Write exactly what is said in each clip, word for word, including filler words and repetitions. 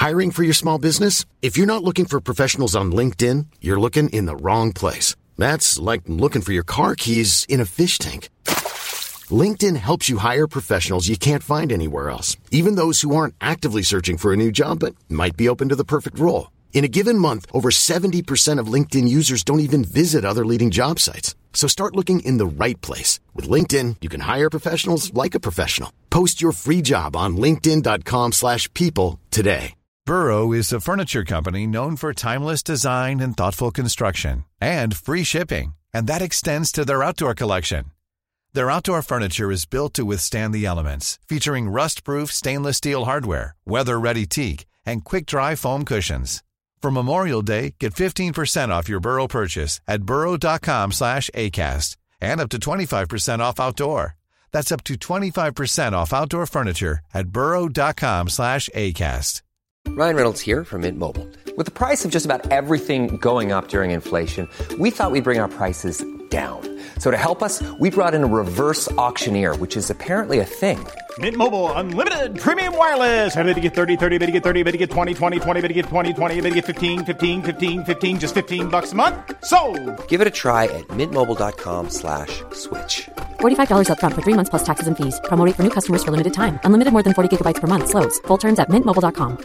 Hiring for your small business? If you're not looking for professionals on LinkedIn, you're looking in the wrong place. That's like looking for your car keys in a fish tank. LinkedIn helps you hire professionals you can't find anywhere else, even those who aren't actively searching for a new job but might be open to the perfect role. In a given month, over seventy percent of LinkedIn users don't even visit other leading job sites. So start looking in the right place. With LinkedIn, you can hire professionals like a professional. Post your free job on linkedin dot com slash people today. Burrow is a furniture company known for timeless design and thoughtful construction, and free shipping, and that extends to their outdoor collection. Their outdoor furniture is built to withstand the elements, featuring rust-proof stainless steel hardware, weather-ready teak, and quick-dry foam cushions. For Memorial Day, get fifteen percent off your Burrow purchase at burrow dot com slash acast, and up to twenty-five percent off outdoor. That's up to twenty-five percent off outdoor furniture at burrow dot com slash acast. Ryan Reynolds here from Mint Mobile. With the price of just about everything going up during inflation, we thought we'd bring our prices down. So to help us, we brought in a reverse auctioneer, which is apparently a thing. Mint Mobile Unlimited Premium Wireless. How to get thirty, thirty, how to get thirty, how to get twenty, twenty, twenty, how to get twenty, twenty, how to get fifteen, fifteen, fifteen, fifteen, just fifteen bucks a month? Sold! Give it a try at mintmobile.com slash switch. forty-five dollars up front for three months plus taxes and fees. Promo rate for new customers for limited time. Unlimited more than forty gigabytes per month. Slows full terms at mint mobile dot com.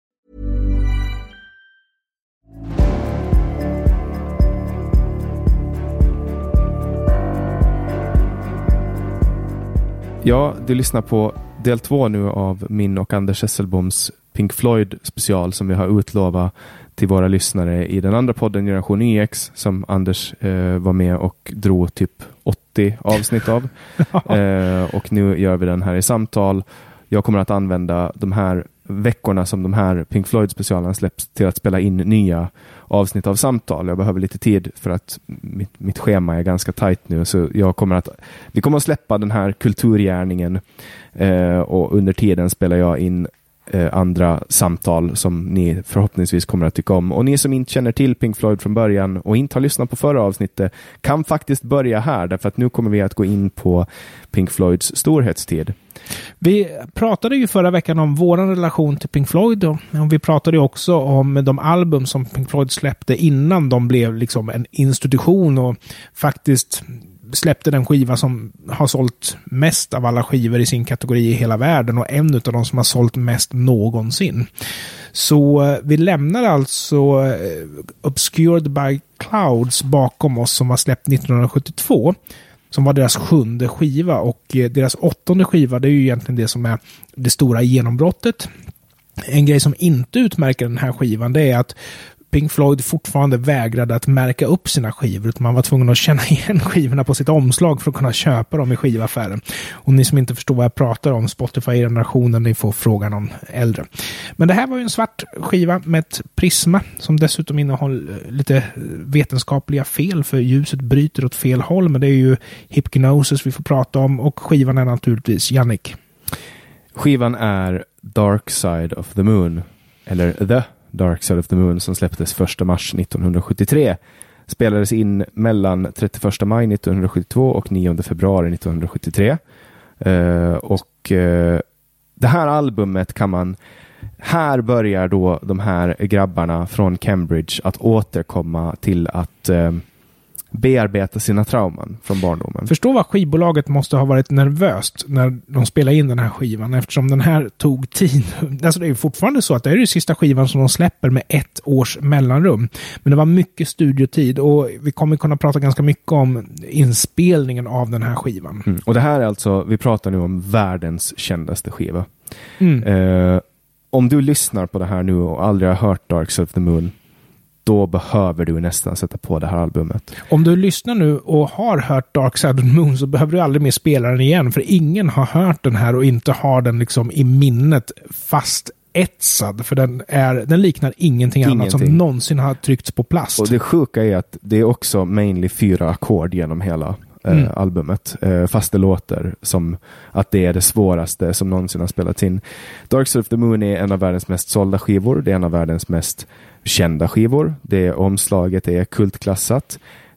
Ja, du lyssnar på del två nu av min och Anders Hesselboms Pink Floyd special som vi har utlovat till våra lyssnare i den andra podden Generation Y X som Anders eh, var med och drog typ åttio avsnitt av. eh, och nu gör vi den här i samtal. Jag kommer att använda de här veckorna som de här Pink Floyd-specialerna släpps till att spela in nya avsnitt av samtal. Jag behöver lite tid för att mitt, mitt schema är ganska tajt nu, så jag kommer att, vi kommer att släppa den här kulturgärningen eh, och under tiden spelar jag in eh, andra samtal som ni förhoppningsvis kommer att tycka om. Och ni som inte känner till Pink Floyd från början och inte har lyssnat på förra avsnittet kan faktiskt börja här, därför att nu kommer vi att gå in på Pink Floyds storhetstid. Vi pratade ju förra veckan om vår relation till Pink Floyd och vi pratade också om de album som Pink Floyd släppte innan de blev liksom en institution och faktiskt släppte den skiva som har sålt mest av alla skivor i sin kategori i hela världen och en av de som har sålt mest någonsin. Så vi lämnar alltså Obscured by Clouds bakom oss som var släppt nittonhundrasjuttiotvå. Som var deras sjunde skiva, och deras åttonde skiva, det är ju egentligen det som är det stora genombrottet. En grej som inte utmärker den här skivan, det är att Pink Floyd fortfarande vägrade att märka upp sina skivor, utan man var tvungen att känna igen skivorna på sitt omslag för att kunna köpa dem i skivaffären. Och ni som inte förstår vad jag pratar om, Spotify-generationen, ni får frågan om äldre. Men det här var ju en svart skiva med ett prisma som dessutom innehåller lite vetenskapliga fel, för ljuset bryter åt fel håll, men det är ju hypnosis vi får prata om, och skivan är naturligtvis Jannik. Skivan är Dark Side of the Moon, eller The Dark Side of the Moon, som släpptes första mars nittonhundrasjuttiotre. Spelades in mellan trettioförsta maj nittonhundrasjuttiotvå och nionde februari nittonhundrasjuttiotre. Uh, och uh, det här albumet kan man... Här börjar då de här grabbarna från Cambridge att återkomma till att... Uh, bearbeta sina trauman från barndomen. Förstå vad skivbolaget måste ha varit nervöst när de spelade in den här skivan, eftersom den här tog tid. Alltså det är ju fortfarande så att det är den sista skivan som de släpper med ett års mellanrum. Men det var mycket studiotid, och vi kommer kunna prata ganska mycket om inspelningen av den här skivan. Mm. Och det här är alltså, vi pratar nu om världens kändaste skiva. Mm. Eh, om du lyssnar på det här nu och aldrig har hört Dark Side of the Moon, då behöver du nästan sätta på det här albumet. Om du lyssnar nu och har hört Dark Side of the Moon, så behöver du aldrig mer spela den igen, för ingen har hört den här och inte har den liksom i minnet fast etsad, för den, är, den liknar ingenting, ingenting annat som någonsin har tryckts på plast. Och det sjuka är att det är också mainly fyra ackord genom hela Mm. Eh, albumet, eh, fast det låter som att det är det svåraste som någonsin har spelats in. Dark Side of the Moon är en av världens mest sålda skivor, det är en av världens mest kända skivor, det är omslaget är kultklassat.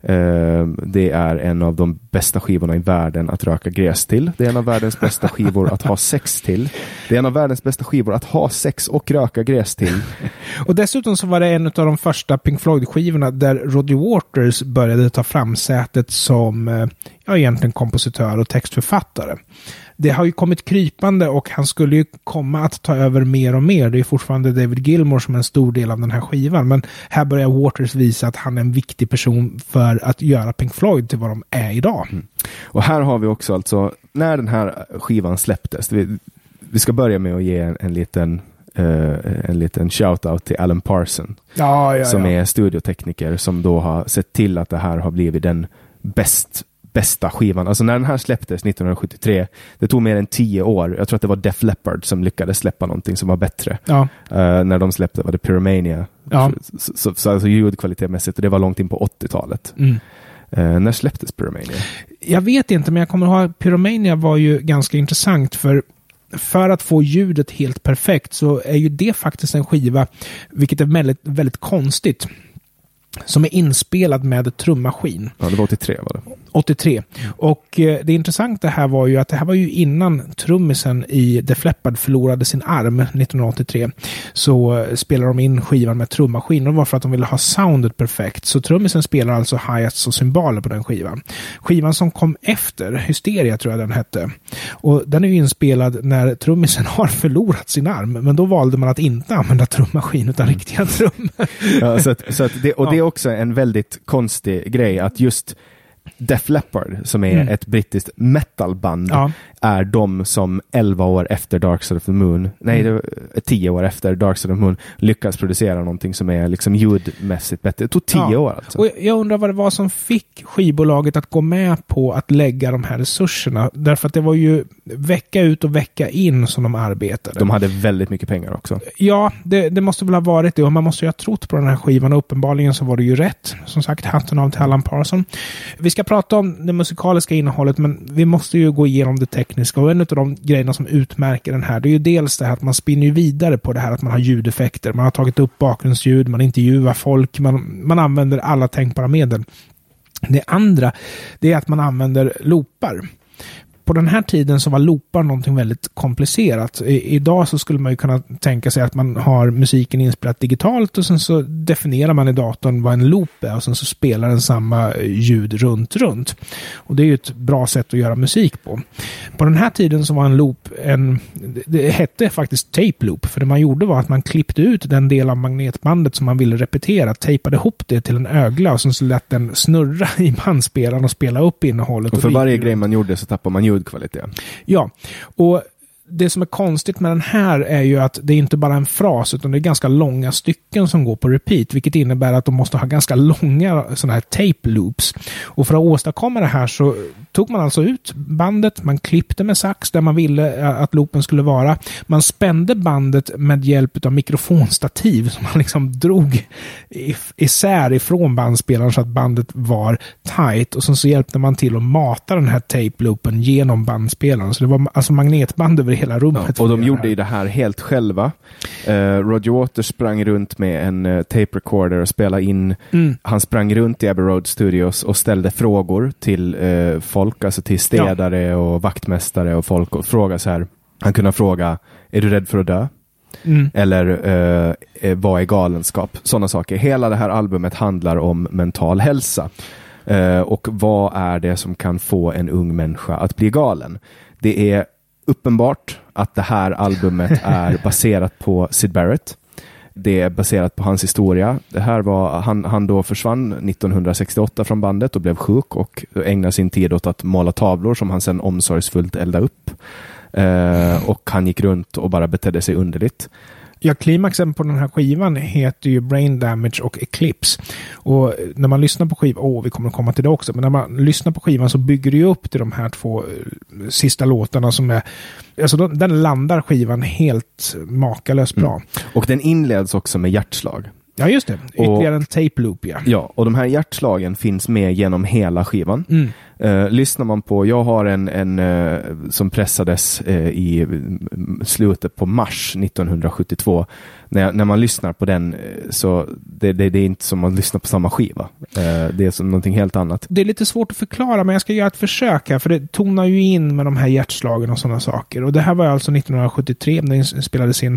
Uh, det är en av de bästa skivorna i världen att röka gräs till. Det är en av världens bästa skivor att ha sex till. Det är en av världens bästa skivor att ha sex och röka gräs till. Och dessutom så var det en av de första Pink Floyd-skivorna där Roger Waters började ta fram sätet som ja, egentligen kompositör och textförfattare. Det har ju kommit krypande och han skulle ju komma att ta över mer och mer. Det är fortfarande David Gilmour som är en stor del av den här skivan. Men här börjar Waters visa att han är en viktig person för att göra Pink Floyd till vad de är idag. Mm. Och här har vi också alltså, när den här skivan släpptes, vi, vi ska börja med att ge en, en liten Uh, en liten shout-out till Alan Parsons ja, ja, som ja. är studiotekniker som då har sett till att det här har blivit den bäst, bästa skivan. Alltså när den här släpptes nittonhundrasjuttiotre, det tog mer än tio år. Jag tror att det var Def Leppard som lyckades släppa någonting som var bättre. Ja. Uh, när de släppte var det Pyromania. Ja. Så, så, så alltså ljudkvalitetmässigt, och det var långt in på åttiotalet. Mm. Uh, när släpptes Pyromania? Jag vet inte, men jag kommer ihåg att Pyromania var ju ganska intressant för För att få ljudet helt perfekt så är ju det faktiskt en skiva, vilket är väldigt, väldigt konstigt, som är inspelad med trummaskin. Ja, det var åttiotre var det. åttiotre. Och eh, det intressanta här var ju att det här var ju innan trummisen i Def Leppard förlorade sin arm nittonhundraåttiotre. Så eh, spelade de in skivan med trummaskin och det var för att de ville ha soundet perfekt. Så trummisen spelar alltså hi-hats och cymbaler på den skivan. Skivan som kom efter, Hysteria tror jag den hette. Och den är ju inspelad när trummisen har förlorat sin arm. Men då valde man att inte använda trummaskin utan mm. riktiga trummor. Ja, så att, så att det, och det är också en väldigt konstig grej att just Def Leppard, som är mm. ett brittiskt metalband, ja. är de som elva år efter Dark Side of the Moon, nej, mm. det tio år efter Dark Side of the Moon lyckas producera någonting som är liksom ljudmässigt bättre. Det tog tio ja. år alltså. Och jag undrar vad det var som fick skivbolaget att gå med på att lägga de här resurserna. Därför att det var ju vecka ut och vecka in som de arbetade. De hade väldigt mycket pengar också. Ja, det, det måste väl ha varit det. Och man måste ju ha trott på den här skivan och uppenbarligen så var det ju rätt. Som sagt, hatten av till Alan Parsons. Vi ska prata om det musikaliska innehållet, men vi måste ju gå igenom det tekniska. Och en av de grejerna som utmärker den här, det är ju dels det här att man spinner ju vidare på det här att man har ljudeffekter. Man har tagit upp bakgrundsljud, man intervjuar folk, man, man använder alla tänkbara medel. Det andra, det är att man använder loopar. På den här tiden så var loopar någonting väldigt komplicerat. I, idag så skulle man ju kunna tänka sig att man har musiken inspelat digitalt och sen så definierar man i datorn vad en loop är och sen så spelar den samma ljud runt runt. Och det är ju ett bra sätt att göra musik på. På den här tiden så var en loop en, det hette faktiskt tape loop, för det man gjorde var att man klippte ut den del av magnetbandet som man ville repetera, tejpade ihop det till en ögla och sen så lät den snurra i bandspelaren och spela upp innehållet. Och för och varje grej man gjorde så tappar man ljudkvalitet. Ja, och det som är konstigt med den här är ju att det är inte bara en fras utan det är ganska långa stycken som går på repeat, vilket innebär att de måste ha ganska långa sådana här tape loops. Och för att åstadkomma det här så tog man alltså ut bandet, man klippte med sax där man ville att loopen skulle vara. Man spände bandet med hjälp av mikrofonstativ som man liksom drog isär ifrån bandspelaren så att bandet var tight, och sen så hjälpte man till att mata den här tape loopen genom bandspelaren. Så det var alltså magnetband över hela rummet. Ja, och de gjorde ju det här helt själva. Uh, Roger Waters sprang runt med en uh, tape recorder och spelade in. Mm. Han sprang runt i Abbey Road Studios och ställde frågor till uh, folk, alltså till städare ja. och vaktmästare och folk, och fråga så här. Han kunde fråga, är du rädd för att dö? Mm. Eller uh, vad är galenskap? Sådana saker. Hela det här albumet handlar om mental hälsa. Uh, och vad är det som kan få en ung människa att bli galen? Det är uppenbart att det här albumet är baserat på Syd Barrett. Det är baserat på hans historia. Det här var, han, han då försvann nittonhundrasextioåtta från bandet och blev sjuk och ägnade sin tid åt att måla tavlor som han sedan omsorgsfullt eldade upp. Eh, och han gick runt och bara betedde sig underligt. Ja, klimaxen på den här skivan heter ju Brain Damage och Eclipse. Och när man lyssnar på skivan, åh, vi kommer att komma till det också, men när man lyssnar på skivan så bygger det ju upp till de här två sista låtarna som är, alltså den landar skivan helt makalöst bra. Mm. Och den inleds också med hjärtslag. Ja, just det. Ytterligare en tape loop, ja. Ja, och de här hjärtslagen finns med genom hela skivan. Mm. Uh, lyssnar man på, jag har en, en uh, som pressades uh, i slutet på mars nittonhundrasjuttiotvå. När, när man lyssnar på den uh, så det, det, det är inte som man lyssnar på samma skiva. Uh, det är som någonting helt annat. Det är lite svårt att förklara, men jag ska göra ett försök här, för det tonar ju in med de här hjärtslagen och sådana saker. Och det här var alltså nittonhundrasjuttiotre när den spelades in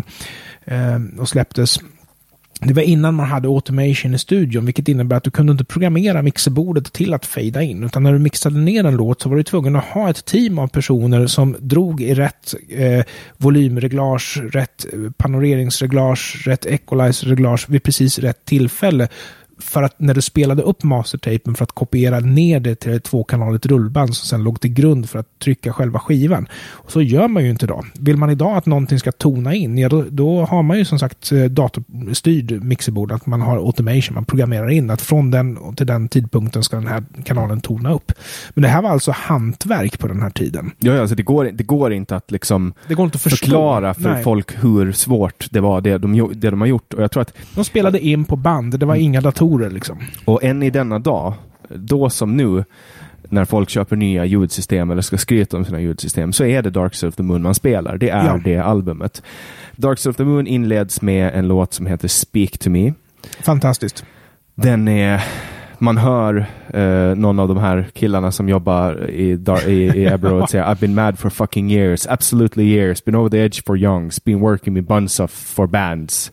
uh, och släpptes. Det var innan man hade automation i studion, vilket innebär att du kunde inte programmera mixerbordet till att fejda in, utan när du mixade ner en låt så var du tvungen att ha ett team av personer som drog i rätt eh, volymreglage, rätt panoreringsreglage, rätt equalizer-reglage vid precis rätt tillfälle, för att när du spelade upp mastertapen för att kopiera ner det till ett tvåkanaligt rullband som sen låg till grund för att trycka själva skivan. Och så gör man ju inte idag. Vill man idag att någonting ska tona in, ja då, då har man ju som sagt datorstyrd mixerbord, att man har automation, man programmerar in att från den till den tidpunkten ska den här kanalen tona upp. Men det här var alltså hantverk på den här tiden. Ja, alltså det går, det går inte att liksom det går inte att förstå. förklara för Nej. folk hur svårt det var det de, det de har gjort. Och jag tror att de spelade in på band, det var inga datorer liksom. Och än i denna dag, då som nu, när folk köper nya ljudsystem eller ska skryta om sina ljudsystem, så är det Dark Side of the Moon man spelar. Det är ja. det albumet. Dark Side of the Moon inleds med en låt som heter Speak to Me. Fantastiskt. Den är... Man hör uh, någon av de här killarna som jobbar i, Dar- i, i Abbey Road säga I've been mad for fucking years, absolutely years, been over the edge for youngs, been working with bunch of for bands.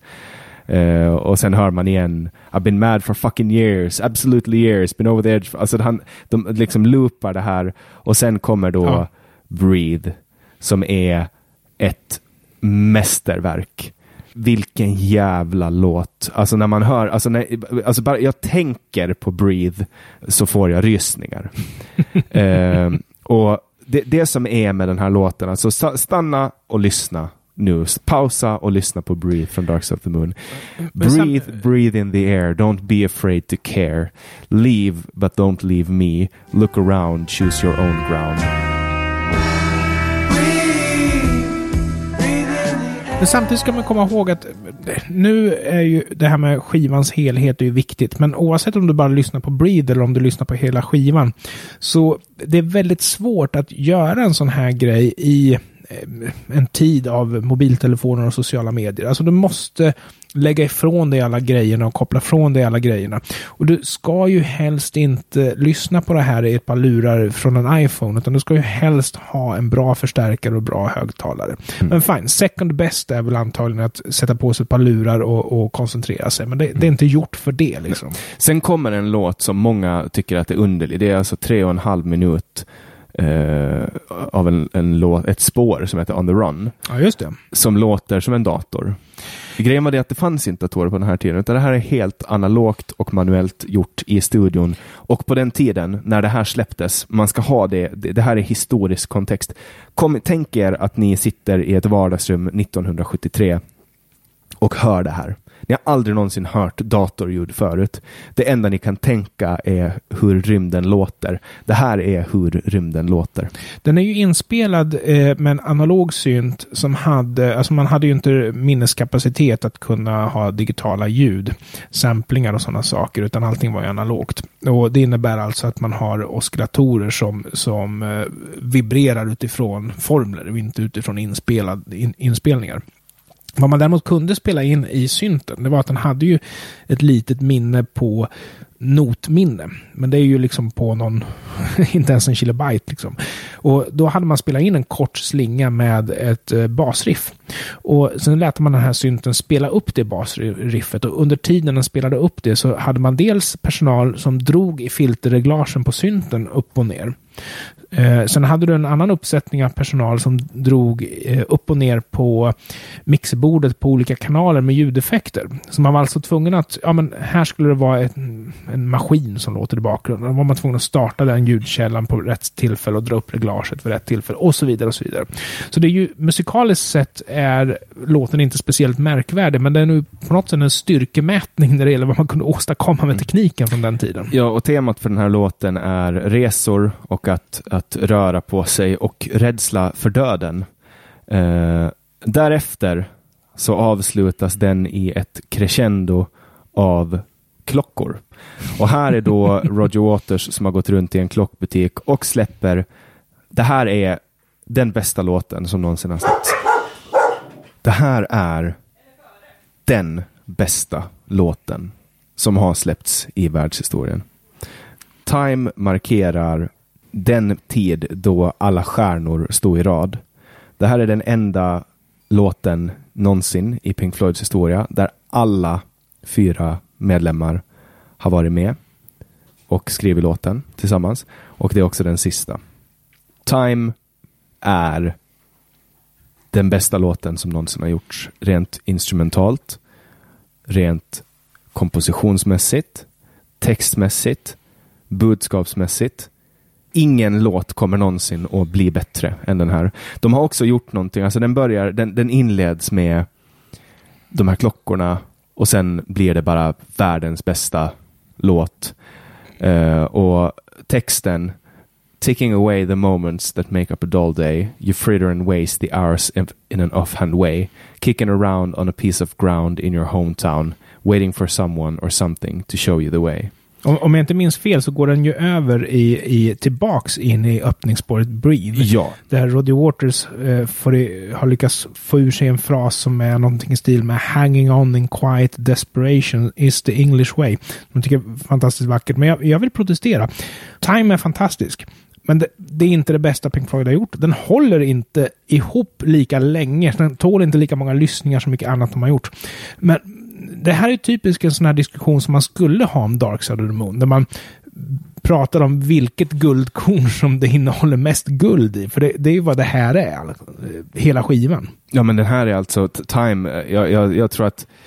Uh, och sen hör man igen I've been mad for fucking years, absolutely years, been over the edge. Alltså han, de liksom loopar det här och sen kommer då ja. Breathe, som är ett mästerverk. Vilken jävla låt. Alltså när man hör, alltså, när, alltså bara jag tänker på Breathe så får jag rysningar. uh, och det, det som är med den här låten, alltså stanna och lyssna nu. Pausa och lyssna på Breathe från Dark Side of the Moon. Breathe, breathe in the air. Don't be afraid to care. Leave, but don't leave me. Look around, choose your own ground. Men samtidigt ska man komma ihåg att nu är ju det här med skivans helhet är ju viktigt. Men oavsett om du bara lyssnar på Breathe eller om du lyssnar på hela skivan, så det är väldigt svårt att göra en sån här grej i en tid av mobiltelefoner och sociala medier. Alltså du måste lägga ifrån dig alla grejerna och koppla från dig alla grejerna. Och du ska ju helst inte lyssna på det här i ett par lurar från en iPhone, utan du ska ju helst ha en bra förstärkare och bra högtalare. Mm. Men fine, second best är väl antagligen att sätta på sig ett par lurar och, och koncentrera sig. Men det, det är inte gjort för det liksom. Sen kommer en låt som många tycker att är underlig. Det är alltså tre och en halv minut Uh, av en, en låt, ett spår som heter On the Run. Ja, just det. Som låter som en dator. Grejen var det att det fanns inte datorer på den här tiden, utan det här är helt analogt och manuellt gjort i studion. Och på den tiden när det här släpptes, man ska ha det, det, det här är historisk kontext. Kom, tänk er att ni sitter i ett vardagsrum nittonhundrasjuttiotre och hör det här. Ni har aldrig någonsin hört datorljud förut. Det enda ni kan tänka är hur rymden låter. Det här är hur rymden låter. Den är ju inspelad eh, med en analog synt som hade, alltså man hade ju inte minneskapacitet att kunna ha digitala ljud, samplingar och sådana saker, utan allting var ju analogt. Och det innebär alltså att man har oscillatorer som, som eh, vibrerar utifrån formler och inte utifrån inspelad, in, inspelningar. Vad man däremot kunde spela in i synten, det var att den hade ju ett litet minne på notminne. Men det är ju liksom på någon, inte ens en kilobyte liksom. Och då hade man spelat in en kort slinga med ett eh, basriff. Och sen lät man den här synten spela upp det basriffet. Och under tiden den spelade upp det så hade man dels personal som drog i filterreglagen på synten upp och ner. Eh, sen hade du en annan uppsättning av personal som drog eh, upp och ner på mixerbordet på olika kanaler med ljudeffekter. Så man var alltså tvungen att, ja men här skulle det vara ett, en maskin som låter i bakgrunden. Då var man tvungen att starta den ljudkällan på rätt tillfälle och dra upp reglaget vid rätt tillfälle och så vidare och så vidare. Så det är ju, musikaliskt sett är låten inte speciellt märkvärdig, men det är nu på något sätt en styrkemätning när det gäller vad man kunde åstadkomma med tekniken från den tiden. Ja, och temat för den här låten är resor och att, att röra på sig och rädsla för döden. Eh, därefter så avslutas den i ett crescendo av klockor. Och här är då Roger Waters som har gått runt i en klockbutik och släpper, det här är den bästa låten som någonsin har släppts. Det här är den bästa låten som har släppts i världshistorien. Time markerar den tid då alla stjärnor stod i rad. Det här är den enda låten någonsin i Pink Floyds historia där alla fyra medlemmar har varit med och skrivit låten tillsammans. Och det är också den sista. Time är den bästa låten som någonsin har gjorts. Rent instrumentalt, rent kompositionsmässigt, textmässigt, budskapsmässigt. Ingen låt kommer någonsin att bli bättre än den här. De har också gjort någonting. Alltså den börjar, den, den inleds med de här klockorna och sen blir det bara världens bästa låt. Uh, och texten: taking away the moments that make up a dull day, you fritter and waste the hours in, in an offhand way, kicking around on a piece of ground in your hometown, waiting for someone or something to show you the way. Om, om jag inte minns fel så går den ju över i, i tillbaks in i öppningsspåret Breathe. Ja. Där Roger Waters eh, får i, har lyckats få ur sig en fras som är någonting i stil med hanging on in quiet desperation is the English way. Jag tycker det är fantastiskt vackert, men jag, jag vill protestera. Time är fantastisk. Men det, det är inte det bästa Pink Floyd har gjort. Den håller inte ihop lika länge. Den tål inte lika många lyssningar som mycket annat de har gjort. Men det här är typiskt en sån här diskussion som man skulle ha om Dark Side of the Moon. Där man pratar om vilket guldkorn som det innehåller mest guld i. För det, det är ju vad det här är. Hela skivan. Ja, men den här är alltså Time. Jag, jag, jag tror att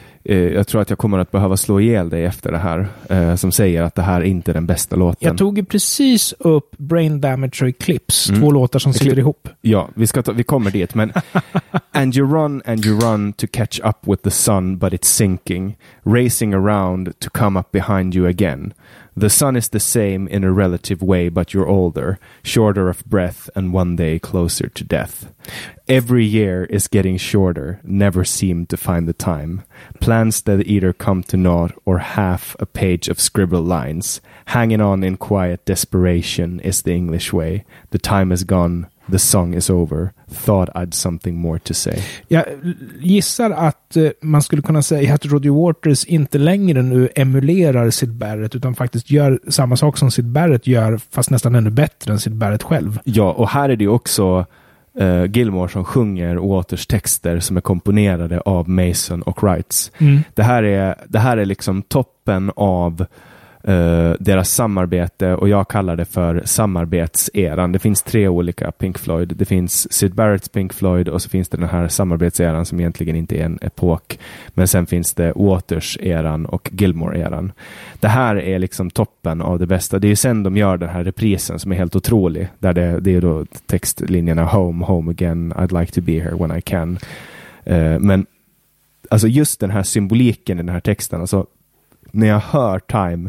Jag tror att jag kommer att behöva slå ihjäl dig efter det här eh, som säger att det här inte är den bästa låten. Jag tog ju precis upp Brain Damage och Eclipse, mm. två låtar som sitter ihop. Ja, vi, ska ta, vi kommer dit, men and you run and you run to catch up with the sun, but it's sinking, racing around to come up behind you again. The sun is the same in a relative way, but you're older, shorter of breath, and one day closer to death. Every year is getting shorter, never seem to find the time. Plans that either come to naught or half a page of scribbled lines. Hanging on in quiet desperation is the English way. The time is gone, the song is over. Thought I'd something more to say. Jag gissar att uh, man skulle kunna säga att Roger Waters inte längre nu emulerar Syd Barrett utan faktiskt gör samma sak som Syd Barrett gör, fast nästan ännu bättre än Syd Barrett själv. Ja, och här är det också uh, Gilmour som sjunger Waters texter som är komponerade av Mason och Wrights. Mm. Det här är, det här är liksom toppen av Uh, deras samarbete, och jag kallar det för samarbetseran. Det finns tre olika Pink Floyd. Det finns Syd Barretts Pink Floyd och så finns det den här samarbetseran som egentligen inte är en epok. Men sen finns det Waters-eran och Gilmour-eran. Det här är liksom toppen av det bästa. Det är ju sen de gör den här reprisen som är helt otrolig. Där det, det är då textlinjerna Home, home again, I'd like to be here when I can. Uh, men alltså just den här symboliken i den här texten, alltså när jag hör Time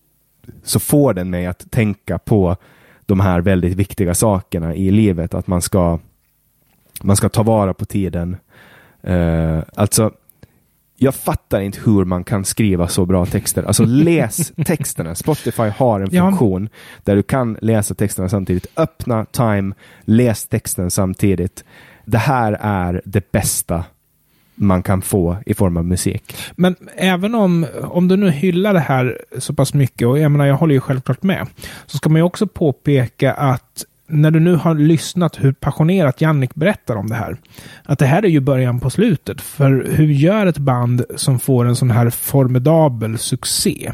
så får den mig att tänka på de här väldigt viktiga sakerna i livet, att man ska man ska ta vara på tiden. Uh, alltså jag fattar inte hur man kan skriva så bra texter. Alltså läs texterna. Spotify har en funktion ja. där du kan läsa texterna samtidigt. Öppna Time, läs texten samtidigt. Det här är det bästa man kan få i form av musik. Men även om, om du nu hyllar det här så pass mycket, och jag menar, jag håller ju självklart med, så ska man ju också påpeka att när du nu har lyssnat hur passionerat Jannik berättar om det här, att det här är ju början på slutet. För hur gör ett band som får en sån här formidabel succé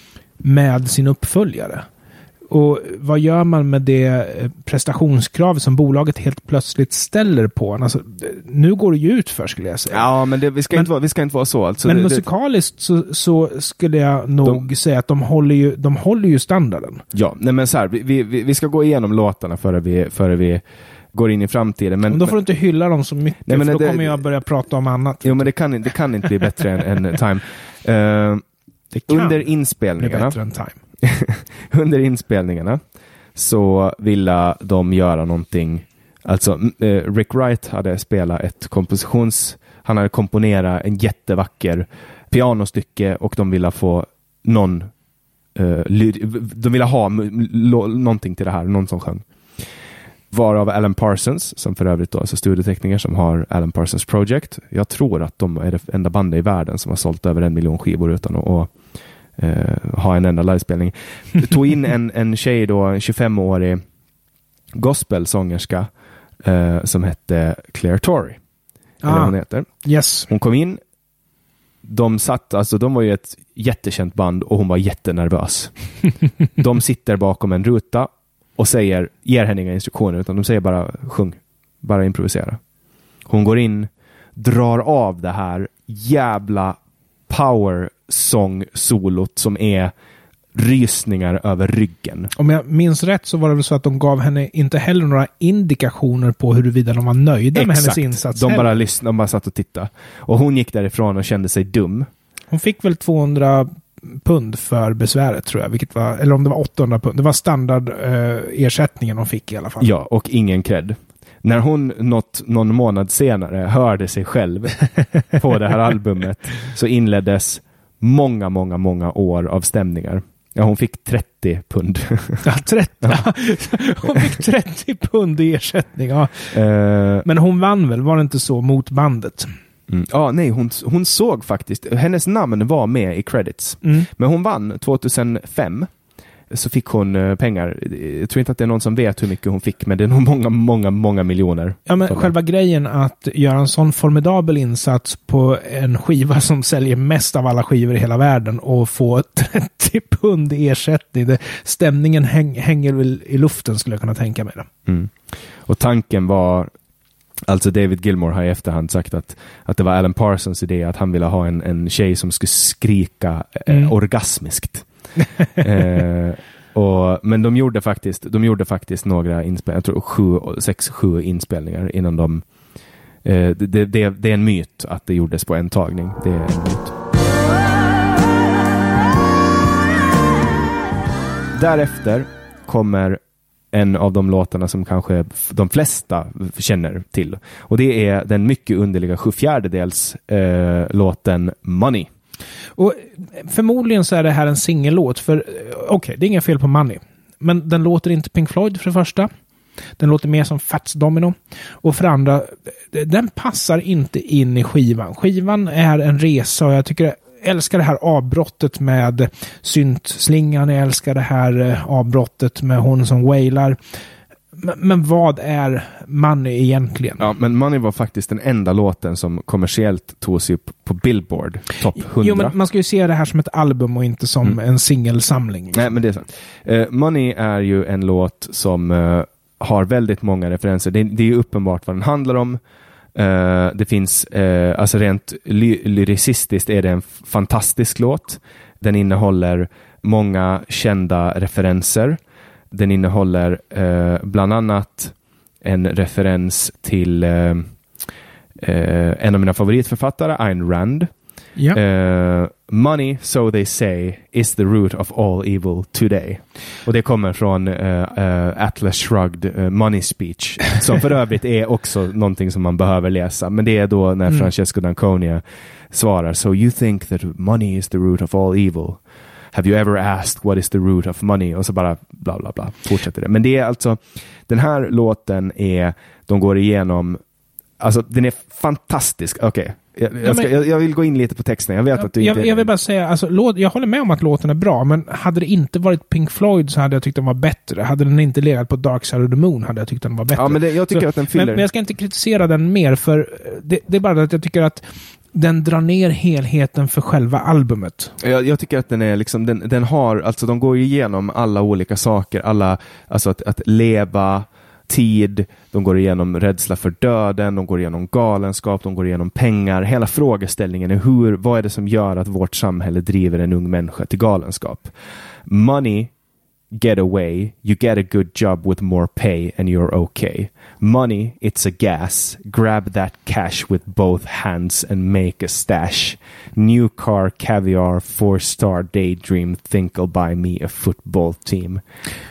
med sin uppföljare? Och vad gör man med det prestationskrav som bolaget helt plötsligt ställer på en? Alltså, nu går det ju ut för, skulle jag säga. Ja, men det, vi, ska men, inte vara, vi ska inte vara så. Alltså, men det, musikaliskt så, så skulle jag nog de, säga att de håller ju, de håller ju standarden. Ja, nej men så här, vi, vi, vi ska gå igenom låtarna före vi, före vi går in i framtiden. Men, men då får men, du inte hylla dem så mycket, nej, men för då det, kommer jag börja prata om annat. Jo, men det kan, det kan inte bli bättre än, än Time. Uh, det kan under inspelningarna. Bli bättre än Time. Under inspelningarna så ville de göra någonting, alltså eh, Rick Wright hade spelat ett kompositions, han hade komponerat en jättevacker pianostycke och de ville få någon uh, de ville ha m- lo- någonting till det här, någon som sjöng. Varav Alan Parsons, som för övrigt då, alltså studietekniker som har Alan Parsons Project. Jag tror att de är det enda bandet i världen som har sålt över en miljon skivor utan att och, uh, ha en enda livespelning. Tog in en, en tjej då, en tjugofem-årig gospelsångerska uh, som hette Claire Torrey. Eller Ah. hon heter. Yes. Hon kom in. De satt, alltså de var ju ett jättekänt band och hon var jättenervös. De sitter bakom en ruta och säger, ger henne inga instruktioner utan de säger bara sjung, bara improvisera. Hon går in, drar av det här jävla power song solot som är rysningar över ryggen. Om jag minns rätt så var det väl så att de gav henne inte heller några indikationer på huruvida de var nöjda Exakt. med hennes insats. De heller. bara lyssnade, de bara satt och tittade. Och hon gick därifrån och kände sig dum. Hon fick väl tvåhundra pund för besväret tror jag, vilket var, eller om det var åttahundra pund. Det var standard eh, ersättningen hon fick i alla fall. Ja, och ingen cred. När hon något, någon månad senare hörde sig själv på det här albumet så inleddes många, många, många år av stämningar. Ja, hon fick trettio pund. Ja, trettio. Ja. Hon fick trettio pund i ersättning. Ja. Uh, Men hon vann väl, var det inte så, mot bandet? Mm. Ja, nej, hon, hon såg faktiskt, hennes namn var med i credits. Mm. Men hon vann tjugohundrafem. Så fick hon uh, pengar. Jag tror inte att det är någon som vet hur mycket hon fick, men det är nog många, många, många miljoner. Ja, men själva grejen att göra en sån formidabel insats på en skiva som säljer mest av alla skivor i hela världen och få trettio pund i ersättning. Det, stämningen häng, hänger väl i luften skulle jag kunna tänka mig. Mm. Och tanken var, alltså David Gilmour har i efterhand sagt att, att det var Alan Parsons idé att han ville ha en, en tjej som skulle skrika eh, Mm. orgasmiskt. eh, och, men de gjorde faktiskt de gjorde faktiskt några inspelningar, jag tror sju, sex, sju inspelningar innan de eh, det, det, det är en myt att det gjordes på en tagning. Det är en myt. Därefter kommer en av de låtarna som kanske de flesta känner till. Och det är den mycket underliga sjufjärdedels eh, låten Money. Och förmodligen så är det här en singellåt, för okej, okay, det är inga fel på Money. Men den låter inte Pink Floyd för det första. Den låter mer som Fats Domino. Och för andra, den passar inte in i skivan. Skivan är en resa och jag tycker jag älskar det här avbrottet med syntslingan. Jag älskar det här avbrottet med hon som wailar. Men, men vad är Money egentligen? Ja, men Money var faktiskt den enda låten som kommersiellt tog sig upp på Billboard topp hundra. Jo, men man ska ju se det här som ett album och inte som mm. en singelsamling. Nej, men det är sant. Uh, Money är ju en låt som uh, har väldigt många referenser. Det, det är ju uppenbart vad den handlar om. Uh, det finns, uh, alltså rent ly- lyricistiskt är det en f- fantastisk låt. Den innehåller många kända referenser. Den innehåller uh, bland annat en referens till uh, uh, en av mina favoritförfattare, Ayn Rand. Ja. Uh, money, so they say, is the root of all evil today. Och det kommer från uh, uh, Atlas Shrugged uh, Money Speech, som för övrigt är också någonting som man behöver läsa. Men det är då när mm. Francesco D'Anconia svarar: So you think that money is the root of all evil? Have you ever asked what is the root of money? Och så bara bla bla bla, fortsätter det. Men det är alltså, den här låten är, de går igenom, alltså den är fantastisk. Okej. Okay. Jag, jag, ska, jag, jag vill gå in lite på texten. Jag vet jag, att du jag, inte... Jag vill bara säga, alltså, låt, jag håller med om att låten är bra, men hade det inte varit Pink Floyd så hade jag tyckt den var bättre. Hade den inte legat på Dark Side of the Moon hade jag tyckt den var bättre. Ja, men det, jag tycker så, att den fyller... Men, men jag ska inte kritisera den mer, för det, det är bara att jag tycker att den drar ner helheten för själva albumet. Jag, jag tycker att den är liksom, den, den har, alltså de går igenom alla olika saker, alla, alltså att, att leva, tid, de går igenom rädsla för döden, de går igenom galenskap, de går igenom pengar. Hela frågeställningen är hur, vad är det som gör att vårt samhälle driver en ung människa till galenskap? Money, get away, you get a good job with more pay and you're okay. Money, it's a gas, grab that cash with both hands and make a stash. New car, caviar, four-star daydream, think I'll buy me a football team.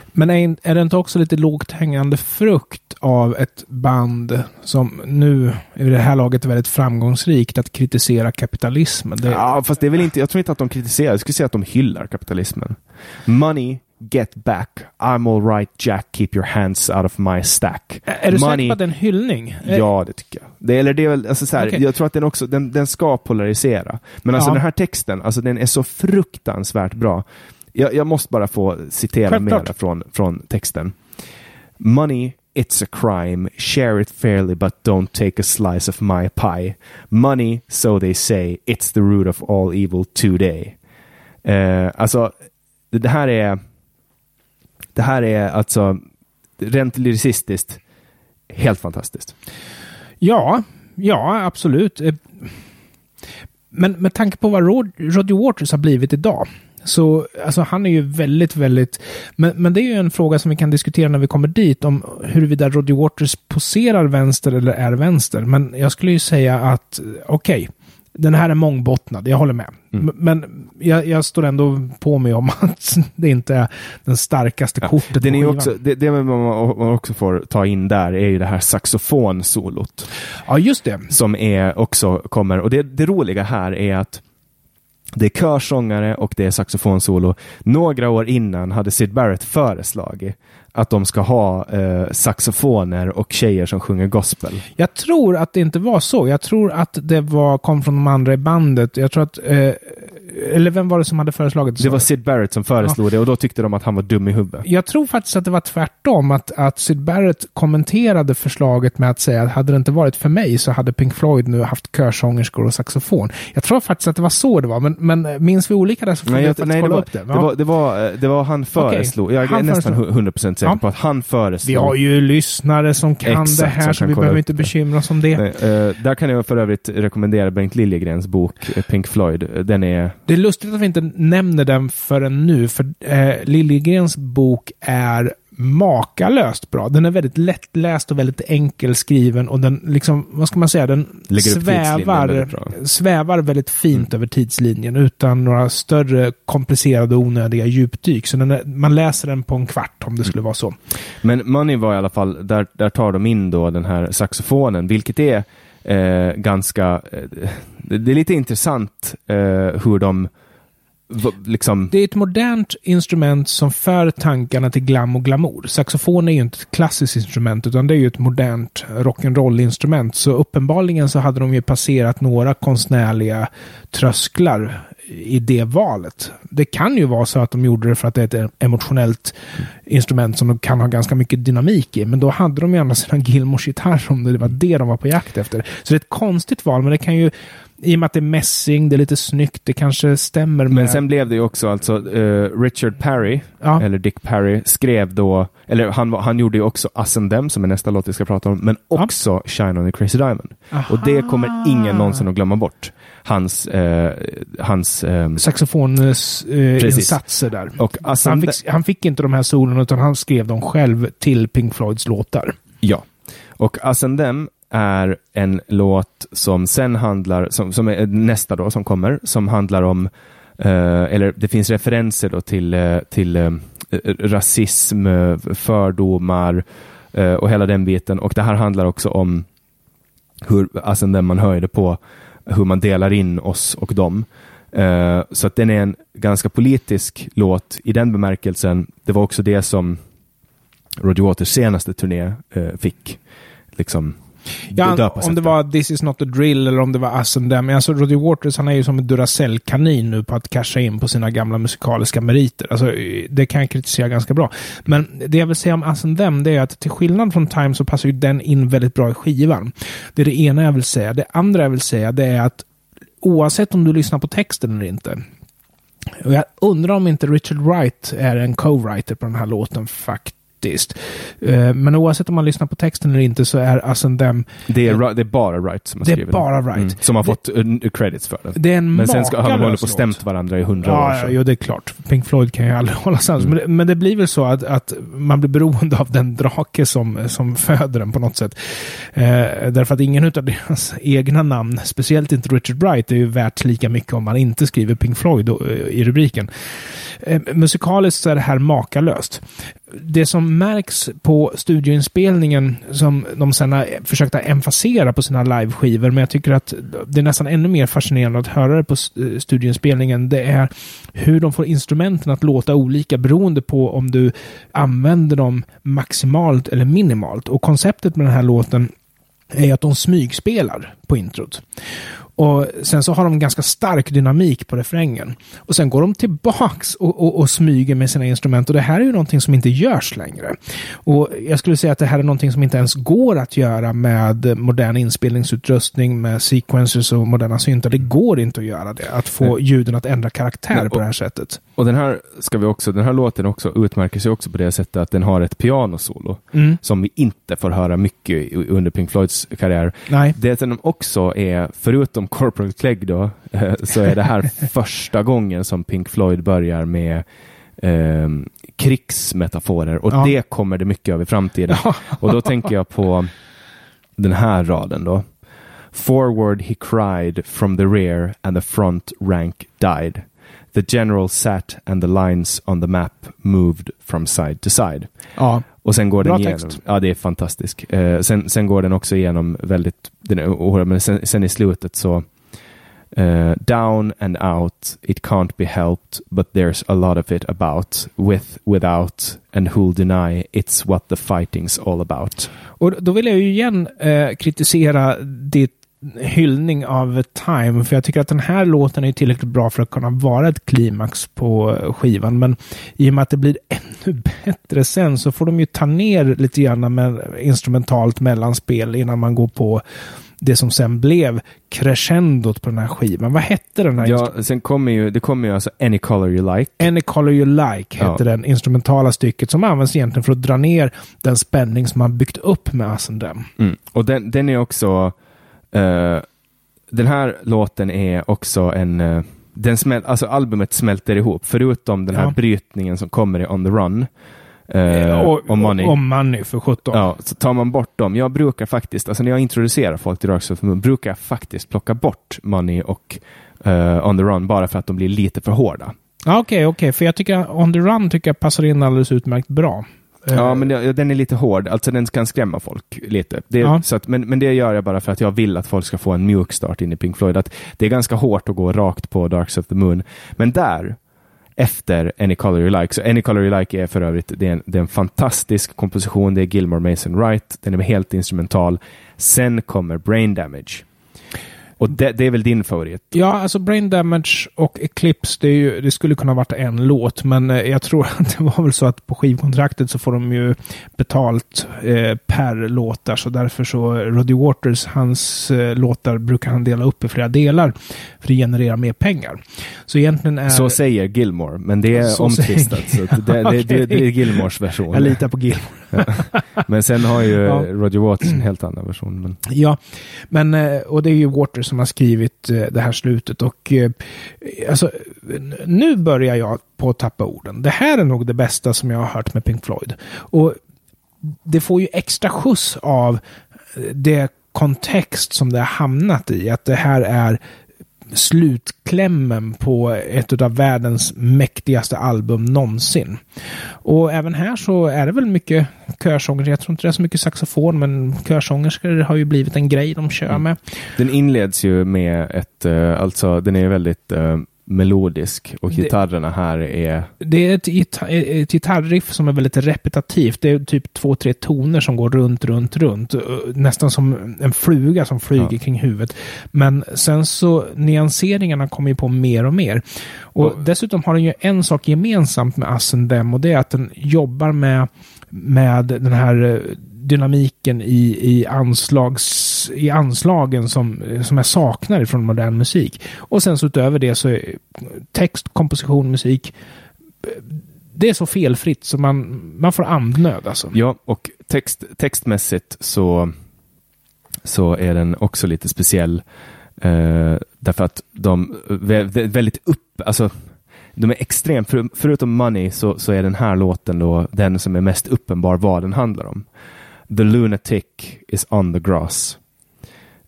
Men är, är det inte också lite lågt hängande frukt av ett band som nu i det här laget är väldigt framgångsrikt att kritisera kapitalismen? Det... Ja, fast det är väl inte, jag tror inte att de kritiserar, jag skulle säga att de hyllar kapitalismen. Money, get back. I'm all right, Jack, keep your hands out of my stack. Är du Money... säker på att det är en hyllning? Ja, det tycker jag. Det, eller det är väl, alltså så här, okay. Jag tror att den också, den, den ska polarisera. Men alltså ja. Den här texten, alltså den är så fruktansvärt bra. Jag, jag måste bara få citera mer från, från texten. Money, it's a crime. Share it fairly, but don't take a slice of my pie. Money, so they say, it's the root of all evil today. Uh, alltså, det, det här är det här är alltså rent lyricistiskt helt fantastiskt. Ja, ja, absolut. Men med tanke på vad Rod, Roger Waters har blivit idag, så alltså han är ju väldigt, väldigt... Men, men det är ju en fråga som vi kan diskutera när vi kommer dit, om huruvida Roger Waters poserar vänster eller är vänster. Men jag skulle ju säga att, okej, okay, den här är mångbottnad, jag håller med. Mm. Men jag, jag står ändå på mig om att det inte är den starkaste kortet. Ja, den är också, det, det man också får ta in där är ju det här saxofonsolot. Ja, just det. Som är också kommer, och det, det roliga här är att det är körsångare och det är saxofonsolo. Några år innan hade Syd Barrett föreslagit att de ska ha eh, saxofoner och tjejer som sjunger gospel. Jag tror att det inte var så. Jag tror att det var, kom från de andra i bandet. Jag tror att... Eh, eller vem var det som hade föreslagit det? Det var Syd Barrett som föreslog ja. det och då tyckte de att han var dum i huvudet. Jag tror faktiskt att det var tvärtom. Att, att Syd Barrett kommenterade förslaget med att säga att hade det inte varit för mig så hade Pink Floyd nu haft körsångerskor och saxofon. Jag tror faktiskt att det var så det var. Men, men minns vi olika där så får nej, vi jag, faktiskt nej, kolla det var, upp det. Ja. Det, var, det, var, det var han föreslog. Okay. Jag är han nästan föreslog. hundra procent säker ja. på att han föreslog. Vi har ju lyssnare som kan Exakt, det här så vi behöver inte bekymra oss om det. Nej, uh, där kan jag för övrigt rekommendera Bengt Liljegrens bok Pink Floyd. Den är... Det är lustigt att vi inte nämner den förrän nu, för eh, Liljegrens bok är makalöst bra. Den är väldigt lättläst och väldigt enkel skriven och den liksom, vad ska man säga, den svävar väldigt svävar väldigt fint mm. över tidslinjen utan några större komplicerade och onödiga djupdyk. Så den är, man läser den på en kvart om det skulle vara så. Men Money var i alla fall, där, där tar de in då den här saxofonen, vilket är eh, ganska eh, det är lite intressant eh, hur de liksom... Det är ett modernt instrument som för tankarna till glam och glamour. Saxofon är ju inte ett klassiskt instrument utan det är ju ett modernt rock'n'roll-instrument. Så uppenbarligen så hade de ju passerat några konstnärliga trösklar i det valet. Det kan ju vara så att de gjorde det för att det är ett emotionellt instrument som de kan ha ganska mycket dynamik i. Men då hade de ju andra sidan Gilmours gitarr om det var det de var på jakt efter. Så det är ett konstigt val, men det kan ju, i och med att det är mässing, det är lite snyggt, det kanske stämmer med... Men sen blev det ju också alltså uh, Richard Perry, ja. eller Dick Perry, skrev då, eller han, han gjorde ju också Us and Them som är nästa låt vi ska prata om, men också ja. Shine on the Crazy Diamond. Aha. Och det kommer ingen någonsin att glömma bort. Hans, eh, hans eh, saxofoninsatser eh, där. Och han, fick, han fick inte de här solen utan han skrev dem själv till Pink Floyds låtar. Ja, och Us and Them är en låt som sen handlar, som, som är nästa då som kommer, som handlar om, eh, eller det finns referenser då till, eh, till eh, rasism, fördomar eh, och hela den biten. Och det här handlar också om hur, alltså den man hörde på hur man delar in oss och dem. Uh, så att den är en ganska politisk låt i den bemärkelsen. Det var också det som Roger Waters senaste turné uh, fick liksom ja, om efter. Det var This is not a drill eller om det var Us and Them. Alltså Roger Waters, han är ju som en Duracell-kanin nu på att casha in på sina gamla musikaliska meriter. Alltså det kan jag kritisera ganska bra. Men det jag vill säga om Us and Them, det är att till skillnad från Time så passar ju den in väldigt bra i skivan. Det är det ena jag vill säga. Det andra jag vill säga, det är att oavsett om du lyssnar på texten eller inte, och jag undrar om inte Richard Wright är en co-writer på den här låten faktiskt. Men oavsett om man lyssnar på texten eller inte så är Us and Them... Det är, det är bara Wright som har skrivit det. är bara Wright. Mm, som har fått uh, credits för det. Det är en men sen ska han hålla på låt. stämt varandra i hundra ja, år. Så. Ja, jo, det är klart. Pink Floyd kan ju aldrig hålla sams. Mm. Men, men det blir väl så att, att man blir beroende av den drake som, som föder den på något sätt. Eh, därför att ingen utav deras egna namn, speciellt inte Richard Wright, är ju värt lika mycket om man inte skriver Pink Floyd då, i rubriken. Eh, musikaliskt så är det här makalöst. det som märks på studioinspelningen som de sen har försökt att emfasera på sina liveskivor, men jag tycker att det är nästan ännu mer fascinerande att höra det på studioinspelningen, det är hur de får instrumenten att låta olika beroende på om du använder dem maximalt eller minimalt. Och konceptet med den här låten är att de smygspelar på introt. Och sen så har de ganska stark dynamik på refrängen. Och sen går de tillbaks och, och, och smyger med sina instrument. Och det här är ju någonting som inte görs längre. Och jag skulle säga att det här är någonting som inte ens går att göra med modern inspelningsutrustning, med sequencers och moderna syntar. Det går inte att göra det. Att få Nej. ljuden att ändra karaktär Nej, och, på det här sättet. Och den här, ska vi också, den här låten också utmärker sig också på det sättet att den har ett pianosolo mm. som vi inte får höra mycket under Pink Floyds karriär. Nej. Det den också är, förutom Corporal Clegg då, så är det här första gången som Pink Floyd börjar med eh, krigsmetaforer. Och ja. det kommer det mycket av i framtiden. Ja. Och då tänker jag på den här raden då. Forward he cried from the rear and the front rank died. The general sat and the lines on the map moved from side to side. Ja. Och sen går Bra den igenom. Text. Ja, det är fantastiskt. Eh, sen, sen går den också igenom väldigt, den är, men sen, sen i slutet så uh, down and out, it can't be helped, but there's a lot of it about, with, without, and who'll deny, it's what the fighting's all about. Och då vill jag ju igen eh, kritisera ditt hyllning av Time, för jag tycker att den här låten är tillräckligt bra för att kunna vara ett klimax på skivan, men i och med att det blir ännu bättre sen så får de ju ta ner lite grann med instrumentalt mellanspel innan man går på det som sen blev crescendot på den här skivan. Vad hette den här? Ja, sen kommer ju, det kommer ju alltså Any Color You Like. Any Color You Like heter ja. den instrumentala stycket som används egentligen för att dra ner den spänning som man byggt upp med Ascendem. Mm. Och den, den är också Uh, den här låten är också en uh, den smäl- alltså albumet smälter ihop förutom den här ja. brytningen som kommer i On the Run uh, och, och Money. Och Money för sjutton. Ja, så tar man bort dem. Jag brukar faktiskt, alltså när jag introducerar folk till Dark of the Moon brukar jag faktiskt plocka bort Money och uh, On the Run bara för att de blir lite för hårda. Ja, okej, okay, okej. Okay. För jag tycker On the Run tycker jag passar in alldeles utmärkt bra. Ja, men det, den är lite hård. Alltså den kan skrämma folk lite. Det, ja. så att, men, men det gör jag bara för att jag vill att folk ska få en mjuk start in i Pink Floyd. Att det är ganska hårt att gå rakt på Dark of the Moon. Men där, efter Any Color You Like, så Any Color You Like är för övrigt, det är en, det är en fantastisk komposition. Det är Gilmore Mason Wright. Den är helt instrumental. Sen kommer Brain Damage. Och det, det är väl din favorit? Ja, alltså Brain Damage och Eclipse, det, är ju, det skulle kunna varit en låt, men eh, jag tror att det var väl så att på skivkontraktet så får de ju betalt eh, per låtar, så därför så Roddy Waters, hans eh, låtar brukar han dela upp i flera delar för det genererar mer pengar. Så egentligen är... Så säger Gilmore, men det är så omtvistat. Så det, det, okay. det, det är Gilmores version. Jag litar på Gilmore. Ja. Men sen har ju ja. Roddy Waters en helt annan version. Men... Ja, men och det är ju Waters som har skrivit det här slutet och alltså, nu börjar jag på att tappa orden. Det här är nog det bästa som jag har hört med Pink Floyd. Och det får ju extra skjuts av det kontext som det har hamnat i. Att det här är slutklämmen på ett av världens mäktigaste album någonsin. Och även här så är det väl mycket körsånger. Jag tror inte det är så mycket saxofon, men körsångerskor har ju blivit en grej de kör med. Den inleds ju med ett, uh, alltså den är väldigt uh, melodisk och gitarrerna det, här är... Det är ett, gita- ett gitarriff som är väldigt repetitivt. Det är typ två, tre toner som går runt, runt, runt. Nästan som en fluga som flyger ja. kring huvudet. Men sen så nyanseringarna kommer ju på mer och mer. Och, och dessutom har den ju en sak gemensamt med Ascendem, och det är att den jobbar med, med den här dynamiken i, i, anslags, i anslagen som, som jag saknar från modern musik. Och sen så utöver det så är text, komposition, musik, det är så felfritt så man, man får andnöd alltså. Ja, och text, textmässigt så, så är den också lite speciell eh, därför att de är väldigt upp, alltså de är extremt, för, förutom Money så, så är den här låten då den som är mest uppenbar vad den handlar om. The lunatic is on the grass.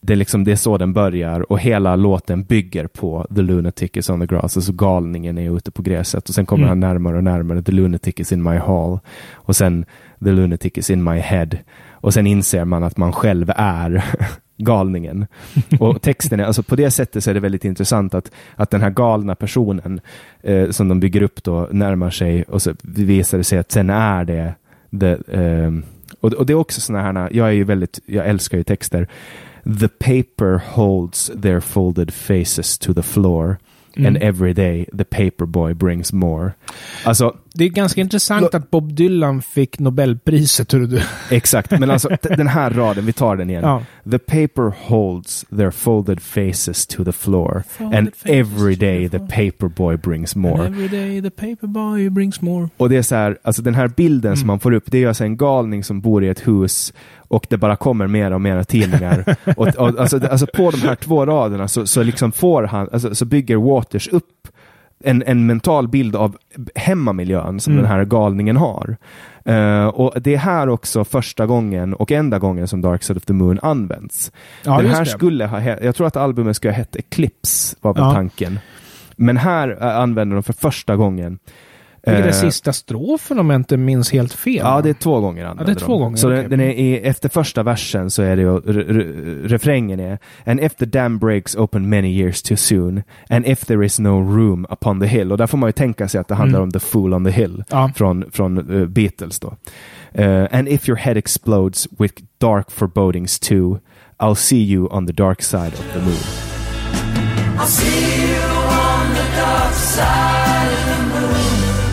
Det är, liksom, det är så den börjar och hela låten bygger på The Lunatic is on the grass, alltså galningen är ute på gräset och sen kommer mm. han närmare och närmare. The Lunatic is in my hall och sen The Lunatic is in my head och sen inser man att man själv är galningen. Och texten är, alltså på det sättet så är det väldigt intressant att, att den här galna personen eh, som de bygger upp då närmar sig och så visar det sig att sen är det the, eh, och, och det är också såna här, jag är ju väldigt, jag älskar ju texter. The paper holds their folded faces to the floor. Mm. And every day the paper boy brings more. Alltså, det är ganska intressant lo- att Bob Dylan fick Nobelpriset, tror du. Exakt, men alltså t- den här raden, vi tar den igen. Ja. The paper holds their folded faces to the floor. Folded and every day the, the paper boy brings more. And every day the paper boy brings more. Och det är så här, alltså den här bilden mm. som man får upp, det är alltså en galning som bor i ett hus och det bara kommer mer och mer tidningar. och, och, alltså, alltså på de här två raderna så, så liksom får han, alltså, så bygger Waters upp En, en mental bild av hemmamiljön som mm. den här galningen har. Uh, och det är här också första gången och enda gången som Dark Side of the Moon används. Ja, den här skulle ha, jag tror att albumet skulle ha hett Eclipse, var väl ja. tanken. Men här uh, använder de för första gången. Det är den sista strofen om jag inte minns helt fel. Ja, det är två gånger använder ja, det är två de. gånger. Så okay. den, den är i, efter första versen så är det ju re, re, refrängen är And if the dam breaks open many years too soon and if there is no room upon the hill. Och där får man ju tänka sig att det handlar mm. om The Fool on the Hill ja. från, från uh, Beatles då. Uh, and if your head explodes with dark forebodings too, I'll see you on the dark side of the moon. I'll see you on the dark side of the moon.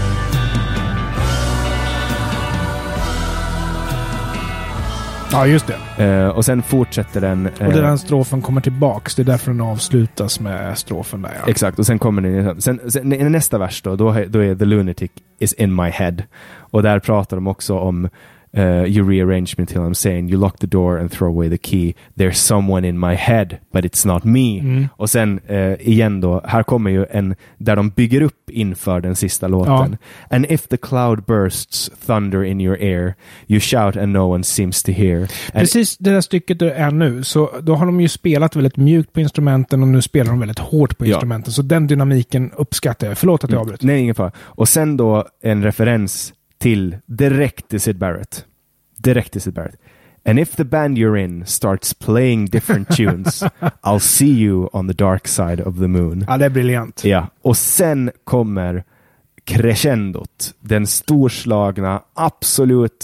Ja, just det. Uh, och sen fortsätter den... Uh, och den strofen kommer tillbaks. Det är därför den avslutas med strofen där. Ja. Exakt, och sen kommer den... Sen, sen i nästa vers då, då, då är The Lunatic is in my head. Och där pratar de också om uh, you rearrange me till I'm saying you lock the door and throw away the key. There's someone in my head, but it's not me. Mm. Och sen uh, igen då, här kommer ju en... Där de bygger upp inför den sista låten. Ja. And if the cloud bursts thunder in your ear, you shout and no one seems to hear. And precis det där stycket det är nu, så då har de ju spelat väldigt mjukt på instrumenten och nu spelar de väldigt hårt på instrumenten. Ja. Så den dynamiken uppskattar jag. Förlåt att jag avbryter. Nej, ingen fara. Och sen då en referens till direkt till Syd Barrett. Direkt till Syd Barrett. And if the band you're in starts playing different tunes, I'll see you on the dark side of the moon. Ja, det är briljant. Ja, och sen kommer crescendot. Den storslagna, absolut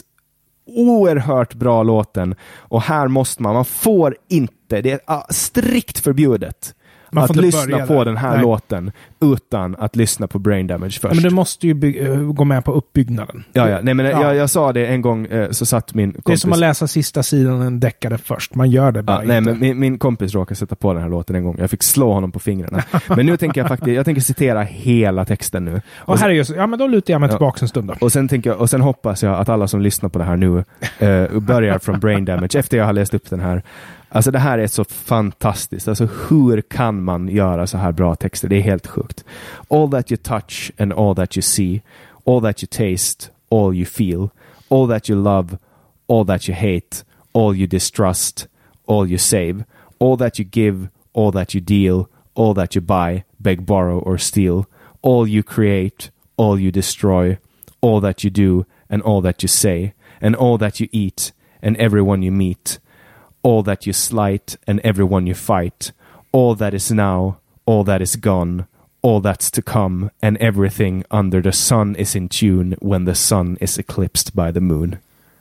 oerhört bra låten. Och här måste man, man får inte, det är strikt förbjudet man att lyssna på där. Den här Nej. låten utan att lyssna på Brain Damage först. Ja, men du måste ju by- gå med på uppbyggnaden. Ja, ja. Nej, men ja. Jag, jag sa det en gång eh, så satt min kompis... Det är som att läsa sista sidan en deckare först. Man gör det bara ja, inte. Nej, men min, min kompis råkade sätta på den här låten en gång. Jag fick slå honom på fingrarna. Men nu tänker jag faktiskt, jag tänker citera hela texten nu. Och, och här är ju, ja men då lutar jag mig ja, tillbaka en stund då. Och sen, tänker jag, och sen hoppas jag att alla som lyssnar på det här nu eh, börjar från Brain Damage efter jag har läst upp den här. Alltså det här är så fantastiskt. Alltså hur kan man göra så här bra texter? Det är helt sjukt. All that you touch and all that you see, all that you taste, all you feel, all that you love, all that you hate, all you distrust, all you save, all that you give, all that you deal, all that you buy, beg, borrow or steal, all you create, all you destroy, all that you do and all that you say, and all that you eat and everyone you meet, all that you slight and everyone you fight, all that is now, all that is gone, all that's to come, and everything under the sun is in tune when the sun is eclipsed by the moon.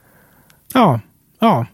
Ja, ja.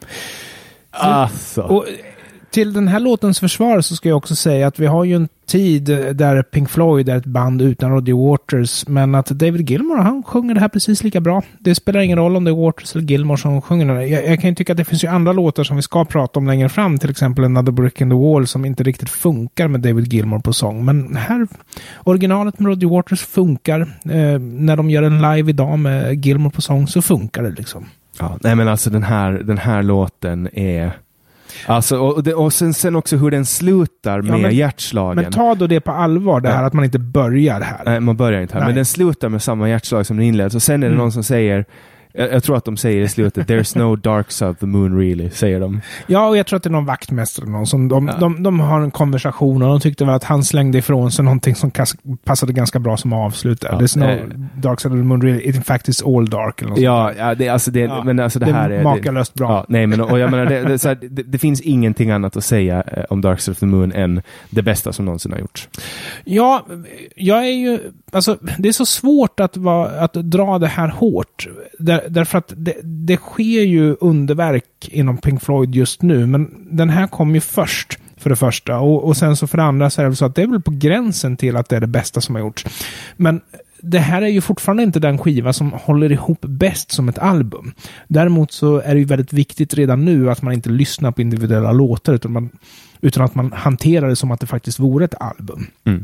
Alltså. Och till den här låtens försvar så ska jag också säga att vi har ju en tid där Pink Floyd är ett band utan Roger Waters, men att David Gilmour, han sjunger det här precis lika bra. Det spelar ingen roll om det är Waters eller Gilmour som sjunger det. Jag, jag kan ju tycka att det finns ju andra låtar som vi ska prata om längre fram, till exempel Another Brick in the Wall som inte riktigt funkar med David Gilmour på sång. Men här, originalet med Roger Waters funkar. Eh, när de gör en live idag med Gilmour på sång så funkar det liksom. Ja, nej men alltså den här, den här låten är... Alltså, och, det, och sen, sen också hur den slutar med ja, men, hjärtslagen. Men ta då det på allvar, det här ja. Att man inte börjar här. Nej, man börjar inte här. Nej. Men den slutar med samma hjärtslag som den inleds. Och sen är det mm. någon som säger Jag, jag tror att de säger i slutet, there's no dark side of the moon really, säger de. Ja, och jag tror att det är någon vaktmästare någon som de, ja. de, de har en konversation och de tyckte väl att han slängde ifrån sig någonting som kas- passade ganska bra som avslut där. Ja, there's no äh, dark side of the moon really, in fact it's all dark. Eller något ja, ja, det, alltså det, ja, men alltså det, det här är... makalöst bra. Ja, nej, men och jag menar, det, det, så här, det, det finns ingenting annat att säga eh, om Dark Side of the Moon än det bästa som någonsin har gjorts. Ja, jag är ju... Alltså, det är så svårt att, vara, att dra det här hårt. Där, därför att det, det sker ju underverk inom Pink Floyd just nu. Men den här kom ju först, för det första. Och, och sen så för det andra så är det så att det är väl på gränsen till att det är det bästa som har gjorts. Men det här är ju fortfarande inte den skiva som håller ihop bäst som ett album. Däremot så är det ju väldigt viktigt redan nu att man inte lyssnar på individuella låtar utan, man, utan att man hanterar det som att det faktiskt vore ett album. Mm.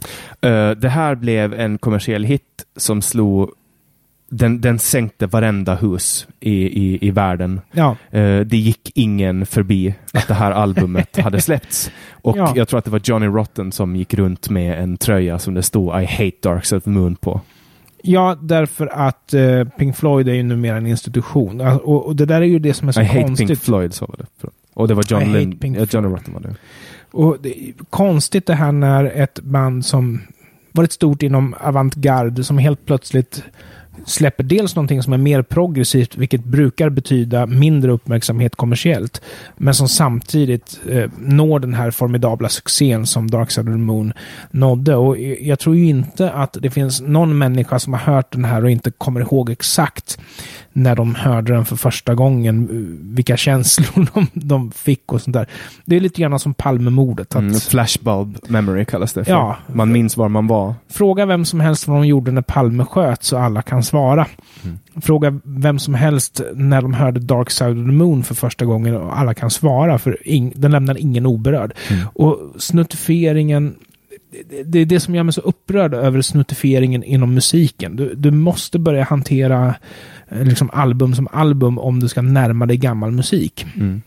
Uh, det här blev en kommersiell hit som slog den, den sänkte varenda hus i, i, i världen. Ja. Uh, det gick ingen förbi att det här albumet hade släppts. Och ja. jag tror att det var Johnny Rotten som gick runt med en tröja som det stod I hate Dark Side of the Moon på. Ja, därför att uh, Pink Floyd är ju numera en institution. Uh, och, och det där är ju det som är så I konstigt. hate Pink Floyd, sa det. Och det var John Lynn, ja, Johnny Rotten var det. Och det är konstigt det här när ett band som varit stort inom avantgarde som helt plötsligt släpper dels någonting som är mer progressivt, vilket brukar betyda mindre uppmärksamhet kommersiellt, men som samtidigt eh, når den här formidabla succén som Dark Side of the Moon nådde. Och jag tror ju inte att det finns någon människa som har hört den här och inte kommer ihåg exakt när de hörde den för första gången, vilka känslor de, de fick och sånt där. Det är lite grann som Palmemordet. Att, mm, flashbulb memory kallas det för. Ja, man minns var man var. Fråga vem som helst vad de gjorde när Palme sköt så alla kan svara. Mm. Fråga vem som helst när de hörde Dark Side of the Moon för första gången och alla kan svara, för ing- den lämnar ingen oberörd. Mm. Och snuttifieringen, det, det är det som gör mig så upprörd över snuttifieringen inom musiken. Du, du måste börja hantera liksom album som album om du ska närma dig gammal musik. Mm.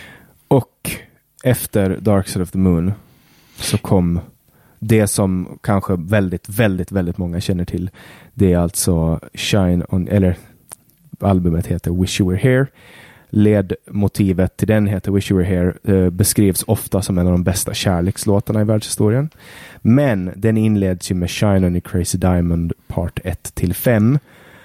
Och efter Dark Side of the Moon så kom det som kanske väldigt, väldigt, väldigt många känner till. Det är alltså Shine on, eller albumet heter Wish You Were Here. Ledmotivet till den heter Wish You Were Here, eh, beskrivs ofta som en av de bästa kärlekslåtarna i världshistorien. Men den inleds ju med Shine on a Crazy Diamond part ett till fem.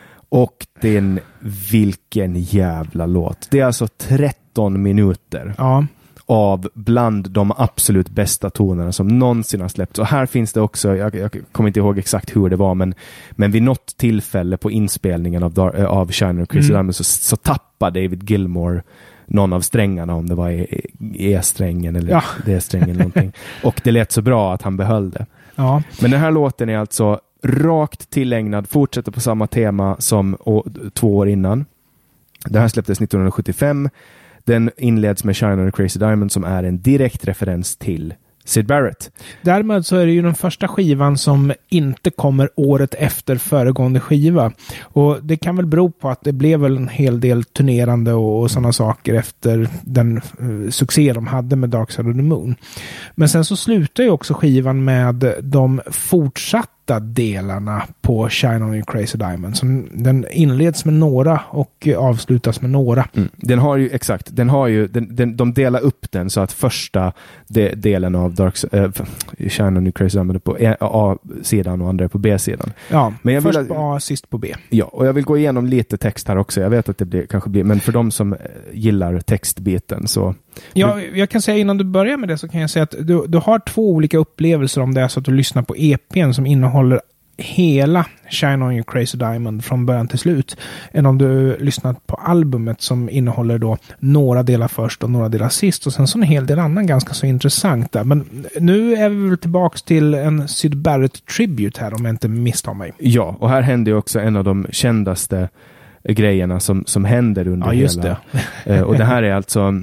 Och den, vilken jävla låt. Det är alltså tretton minuter. Ja. Av bland de absolut bästa tonerna som någonsin har släppts. Och här finns det också, jag, jag kommer inte ihåg exakt hur det var, men, men vid något tillfälle på inspelningen av, Dar- av Shine on Crazy mm. Diamond så, så tappade David Gilmour någon av strängarna, om det var E- E-strängen eller ja. D-strängen eller någonting. Och det lät så bra att han behöll det. Ja. Men den här låten är alltså rakt tillägnad, fortsätter på samma tema som å, två år innan. Den här släpptes nittonhundrasjuttiofem. Den inleds med Shine on a Crazy Diamond som är en direkt referens till Syd Barrett. Därmed så är det ju den första skivan som inte kommer året efter föregående skiva. Och det kan väl bero på att det blev väl en hel del turnerande och, och sådana saker efter den uh, succé de hade med Dark Side of the Moon. Men sen så slutar ju också skivan med de fortsatta delarna på Shine on a Crazy Diamond. Så den inleds med några och avslutas med några. Mm. Den har ju, exakt, den har ju, den, den, de delar upp den så att första de, delen av Dark äh, Shine on a Crazy Diamond är på A-sidan och andra är på B-sidan. Ja, men jag först vill, på A, sist på B. Ja, och jag vill gå igenom lite text här också. Jag vet att det blir, kanske blir, men för de som gillar textbiten så... Ja, jag kan säga innan du börjar med det så kan jag säga att du, du har två olika upplevelser om det är så att du lyssnar på E P:n som innehåller hela Shine on Your Crazy Diamond från början till slut, än om du lyssnat på albumet som innehåller då några delar först och några delar sist och sen så en hel del annan ganska så intressant där. Men nu är vi väl tillbaks till en Syd Barrett tribute här om jag inte misstar mig. Ja, och här händer ju också en av de kändaste grejerna som, som händer under ja, just hela. Det. Och det här är alltså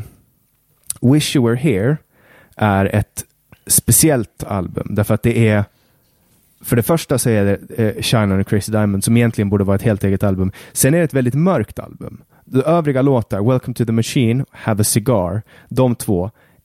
Wish You Were Here är ett speciellt album därför att det är, för det första så är det eh, Shine on a Crazy Diamond som egentligen borde vara ett helt eget album. Sen är det ett väldigt mörkt album. De övriga låtar, Welcome to the Machine, Have a Cigar, de två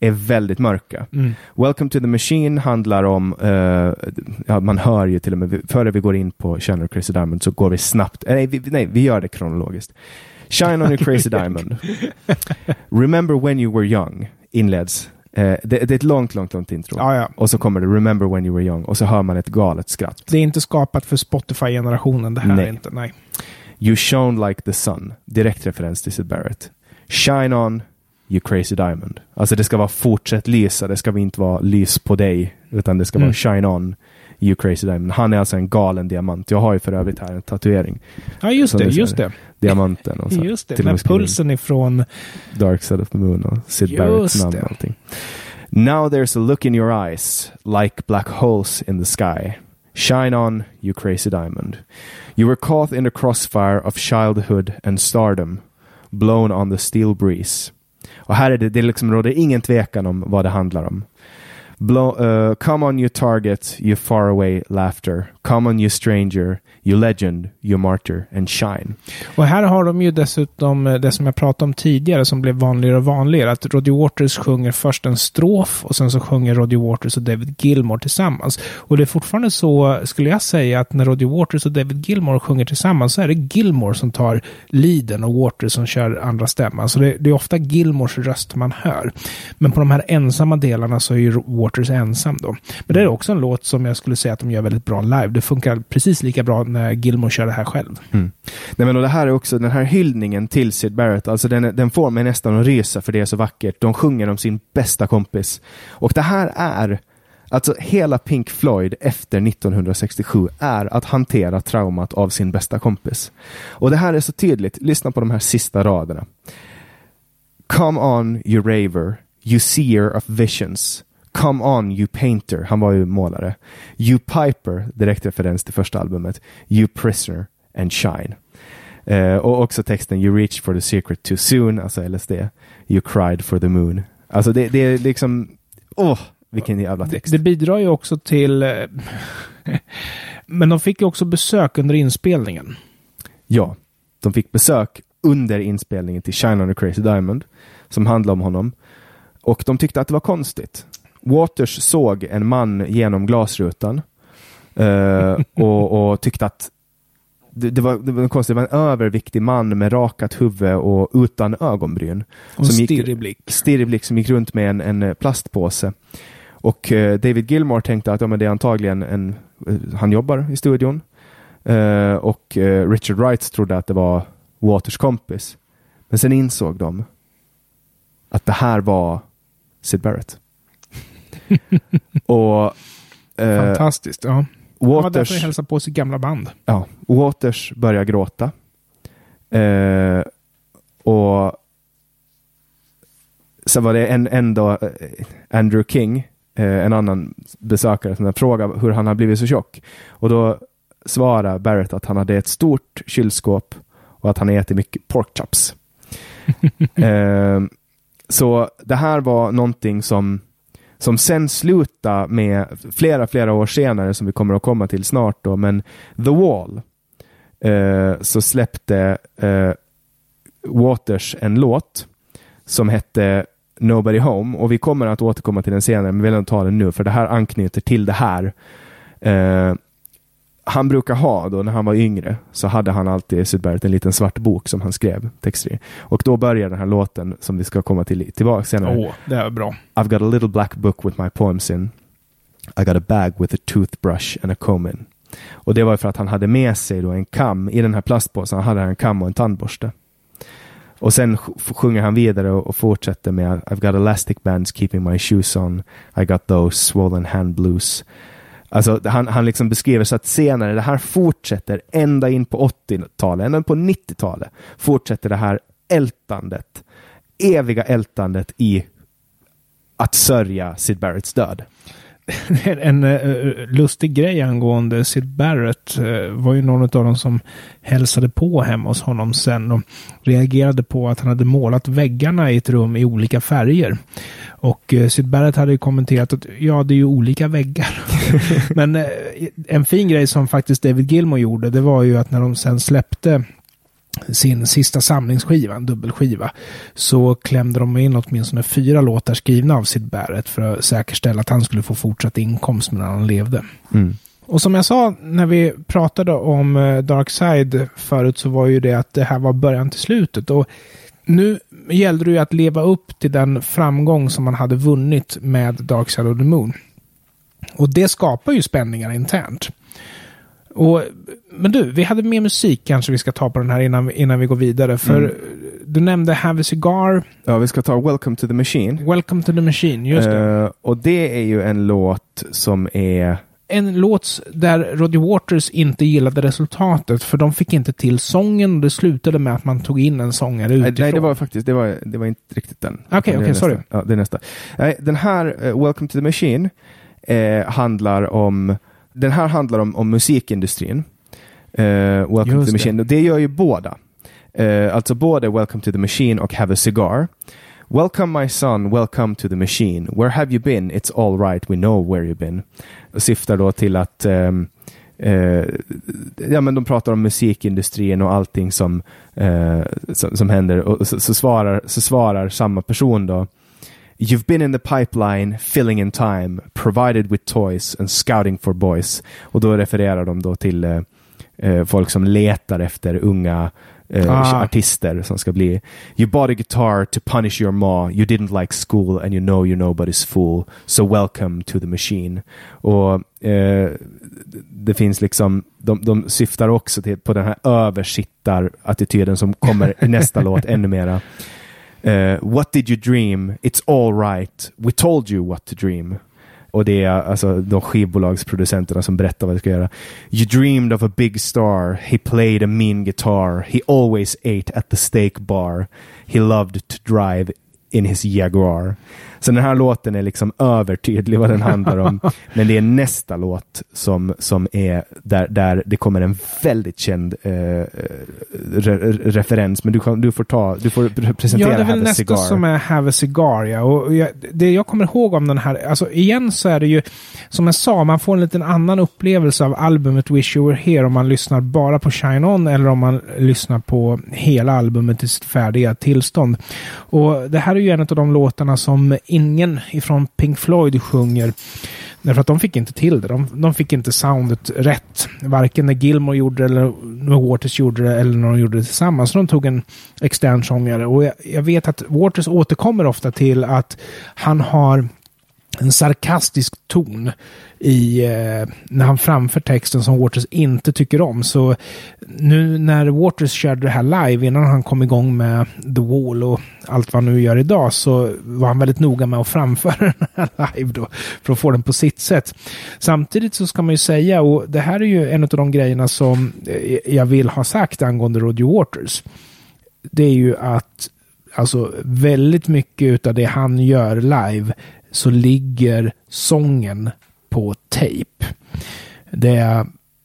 är väldigt mörka. Mm. Welcome to the Machine handlar om, uh, ja, man hör ju till och med, före vi går in på Shine on Crazy Diamond så går vi snabbt, nej vi, nej, vi gör det kronologiskt. Shine on your Crazy Diamond. Remember when you were young inleds. Uh, det, det är ett långt, långt, långt intro. Ja, ja. Och så kommer det Remember when you were young och så hör man ett galet skratt. Det är inte skapat för Spotify-generationen det här. Nej. Är inte, nej. You shone like the sun. Direkt referens till Syd Barrett. Shine on, you crazy diamond. Alltså det ska vara fortsätt lysa. Det ska inte vara lys på dig. Utan det ska Mm. vara shine on, you crazy diamond. Han är alltså en galen diamant. Jag har ju för övrigt här en tatuering. Ja, just Som det. är så Just här, det. Diamanten. Och så. Just det. Till och Men med skriven pulsen ifrån... Dark Side of the Moon och Syd Just Barretts namn det. och allting. Now there's a look in your eyes like black holes in the sky. Shine on, you crazy diamond. You were caught in the crossfire of childhood and stardom, blown on the steel breeze. Och här är det, det liksom råder ingen tvekan om vad det handlar om. Blow, uh, come on you target, you faraway laughter. Come on you stranger, you legend, you martyr and shine. Och här har de ju dessutom det som jag pratade om tidigare som blev vanligare och vanligare. Att Roger Waters sjunger först en strof och sen så sjunger Roger Waters och David Gilmour tillsammans. Och det är fortfarande så, skulle jag säga, att när Roger Waters och David Gilmour sjunger tillsammans så är det Gilmour som tar leaden och Waters som kör andra stämman. Så det, det är ofta Gilmours röst man hör. Men på de här ensamma delarna så är ju Waters ensam då. Men det är också en låt som jag skulle säga att de gör väldigt bra live. Det funkar precis lika bra när Gilmour kör det här själv. Mm. Nej, men och det här är också den här hyllningen till Syd Barrett, alltså den, den får mig nästan att resa för det är så vackert. De sjunger om sin bästa kompis. Och det här är, alltså hela Pink Floyd efter nittonhundrasextiosju är att hantera traumat av sin bästa kompis. Och det här är så tydligt. Lyssna på de här sista raderna. Come on, you raver, you seer of visions. Come on, you painter. Han var ju målare. You piper, direkt referens till första albumet. You prisoner and shine. Uh, och också texten You reached for the secret too soon, alltså L S D. You cried for the moon. Alltså det, det är liksom, åh, oh, vilken jävla text. Det, det bidrar ju också till men de fick ju också besök under inspelningen. Ja, de fick besök under inspelningen till Shine on the Crazy Diamond som handlar om honom. Och de tyckte att det var konstigt. Waters såg en man genom glasrutan uh, och, och tyckte att det, det, var, det var konstigt. Det var en överviktig man med rakat huvud och utan ögonbryn. Och som stirrig blick. Stirrig blick som gick runt med en, en plastpåse. Och uh, David Gilmour tänkte att ja, men det är antagligen en, uh, han jobbar i studion. Uh, och uh, Richard Wright trodde att det var Waters kompis. Men sen insåg de att det här var Syd Barrett. och eh, fantastiskt, ja. Waters, han var därför att hälsa på sitt gamla band. Ja, Waters börjar gråta. Eh, och så var det en, en då, eh, Andrew King, eh, en annan besökare som frågade hur han har blivit så tjock. Och då svarade Barrett att han hade ett stort kylskåp och att han äter mycket pork chops. eh, så det här var någonting som som sen slutar med flera, flera år senare som vi kommer att komma till snart då, men The Wall eh, så släppte eh, Waters en låt som hette Nobody Home och vi kommer att återkomma till den senare men vi vill inte ta den nu för det här anknyter till det här. Eh, han brukar ha då när han var yngre så hade han alltid Syd Barrett en liten svart bok som han skrev texter i. Och då börjar den här låten som vi ska komma till tillbaka senare. Åh, oh, det är bra. I've got a little black book with my poems in. I got a bag with a toothbrush and a comb in. Och det var för att han hade med sig då en kam i den här plastpåsen. Han hade en kam och en tandborste. Och sen sjunger han vidare och fortsätter med I've got elastic bands keeping my shoes on. I got those swollen hand blues. Alltså han, han liksom beskriver så att senare det här fortsätter ända in på åttiotalet, ända på nittiotalet fortsätter det här ältandet, eviga ältandet i att sörja Syd Barretts död. En uh, lustig grej angående Syd Barrett uh, var ju någon av dem som hälsade på hemma hos honom sen och reagerade på att han hade målat väggarna i ett rum i olika färger. Och uh, Syd Barrett hade ju kommenterat att ja, det är ju olika väggar. Men uh, en fin grej som faktiskt David Gilmour gjorde, det var ju att när de sen släppte sin sista samlingsskiva, en dubbelskiva, så klämde de in åtminstone fyra låtar skrivna av Syd Barrett för att säkerställa att han skulle få fortsatt inkomst medan han levde. Mm. Och som jag sa när vi pratade om Dark Side förut, så var ju det att det här var början till slutet. Och nu gällde det ju att leva upp till den framgång som man hade vunnit med Dark Side of the Moon. Och det skapar ju spänningar internt. Och, men du, vi hade mer musik kanske vi ska ta på den här innan, innan vi går vidare. För mm. du nämnde Have a Cigar. Ja, vi ska ta Welcome to the Machine. Welcome to the Machine, just det. Uh, och det är ju en låt som är... En låt där Roger Waters inte gillade resultatet, för de fick inte till sången och det slutade med att man tog in en sångare utifrån. Nej, det var faktiskt, det var, det var inte riktigt den. Okej, okay, okej, okay, sorry. Ja, det är nästa. Nej, den här uh, Welcome to the Machine eh, handlar om den här handlar om, om musikindustrin. Uh, Welcome Just to the Machine. Det. det gör ju båda. Uh, alltså både Welcome to the Machine och Have a Cigar. Welcome my son, welcome to the machine. Where have you been? It's all right, we know where you've been. Och syftar då till att um, uh, ja, men de pratar om musikindustrin och allting som, uh, som, som händer. Och så, så, svarar, så svarar samma person då: You've been in the pipeline, filling in time, provided with toys and scouting for boys. Och då refererar de då till uh, uh, folk som letar efter unga Uh, ah. artister som ska bli. You bought a guitar to punish your ma. You didn't like school and you know you're nobody's fool. So welcome to the machine. Och uh, det finns liksom de, de syftar också till, på den här översittar-attityden som kommer i nästa låt ännu mera. Uh, what did you dream? It's all right. We told you what to dream. Och det är alltså de skivbolagsproducenterna som berättar vad de ska göra. You dreamed of a big star. He played a mean guitar. He always ate at the steak bar. He loved to drive in his Jaguar. Så den här låten är liksom övertydlig vad den handlar om. Men det är nästa låt som, som är där, där det kommer en väldigt känd eh, re, referens. Men du, kan, du får ta du får presentera Ja, det är väl Have a nästa Cigar. som är Have a Cigar, ja. Och jag, det jag kommer ihåg om den här, alltså igen så är det ju, som jag sa, man får en liten annan upplevelse av albumet Wish You Were Here om man lyssnar bara på Shine On eller om man lyssnar på hela albumet i sitt färdiga tillstånd. Och det här är ju en av de låtarna som ingen ifrån Pink Floyd sjunger, därför att de fick inte till det. De, de fick inte soundet rätt. Varken när Gilmour gjorde det eller när Waters gjorde det eller när de gjorde det tillsammans. Så de tog en extern sångare. Och jag, jag vet att Waters återkommer ofta till att han har en sarkastisk ton i eh, när han framför texten som Waters inte tycker om. Så nu när Waters körde det här live innan han kom igång med The Wall och allt vad han nu gör idag, så var han väldigt noga med att framföra den här live då för att få den på sitt sätt. Samtidigt så ska man ju säga, och det här är ju en av de grejerna som jag vill ha sagt angående Roger Waters, det är ju att alltså väldigt mycket av det han gör live så ligger sången på tape. Det är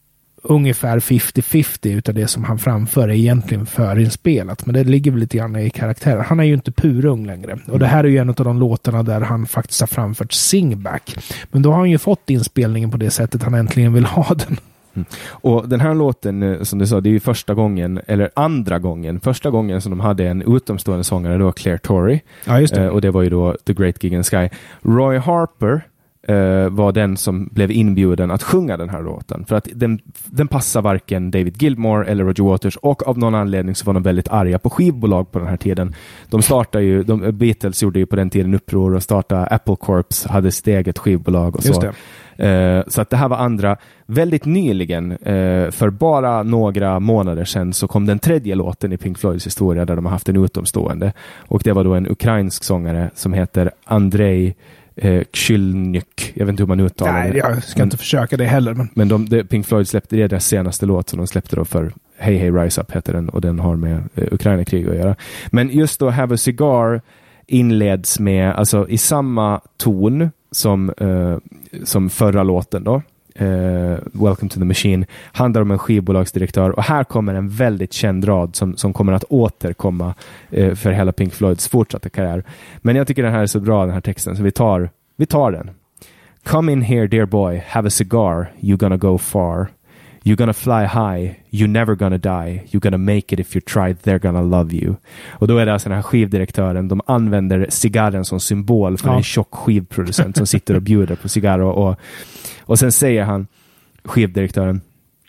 ungefär femtio femtio utav det som han framför är egentligen förinspelat, men det ligger väl lite grann i karaktären. Han är ju inte purung längre. Och det här är ju en av de låtarna där han faktiskt har framfört singback. Men då har han ju fått inspelningen på det sättet han äntligen vill ha den. Mm. Och den här låten, som du sa, det är ju första gången, eller andra gången, första gången som de hade en utomstående sångare, då Claire Torrey. Ja, just det. Eh, och det var ju då The Great Gig in the Sky. Roy Harper eh, var den som blev inbjuden att sjunga den här låten. För att den, den passar varken David Gilmour eller Roger Waters, och av någon anledning så var de väldigt arga på skivbolag på den här tiden. De startade ju, de, Beatles gjorde ju på den tiden uppror och startade Apple Corps, hade ett eget skivbolag och så. Just det. Uh, så att det här var andra. Väldigt nyligen, uh, för bara några månader sedan, så kom den tredje låten i Pink Floyds historia där de har haft en utomstående. Och det var då en ukrainsk sångare som heter Andrei uh, Kylnyk. Jag vet inte hur man uttalar Nej, det. jag ska men, inte försöka det heller. Men, men de, de, Pink Floyd släppte det, deras senaste låt som de släppte då för Hey Hey Rise Up heter den, och den har med uh, Ukraina-krig att göra. Men just då Have a Cigar inleds med, alltså i samma ton som, uh, som förra låten då, uh, Welcome to the Machine, handlar om en skivbolagsdirektör, och här kommer en väldigt känd rad som, som kommer att återkomma uh, för hela Pink Floyds fortsatta karriär. Men jag tycker den här är så bra, den här texten, så vi tar, vi tar den. Come in here dear boy, have a cigar, you're gonna go far. You're gonna fly high, you're never gonna die, you're gonna make it if you try, they're gonna love you. Och då är det alltså den här skivdirektören, de använder cigarren som symbol för ja. en tjock skivproducent som sitter och bjuder på cigarr. Och, och, och sen säger han, skivdirektören,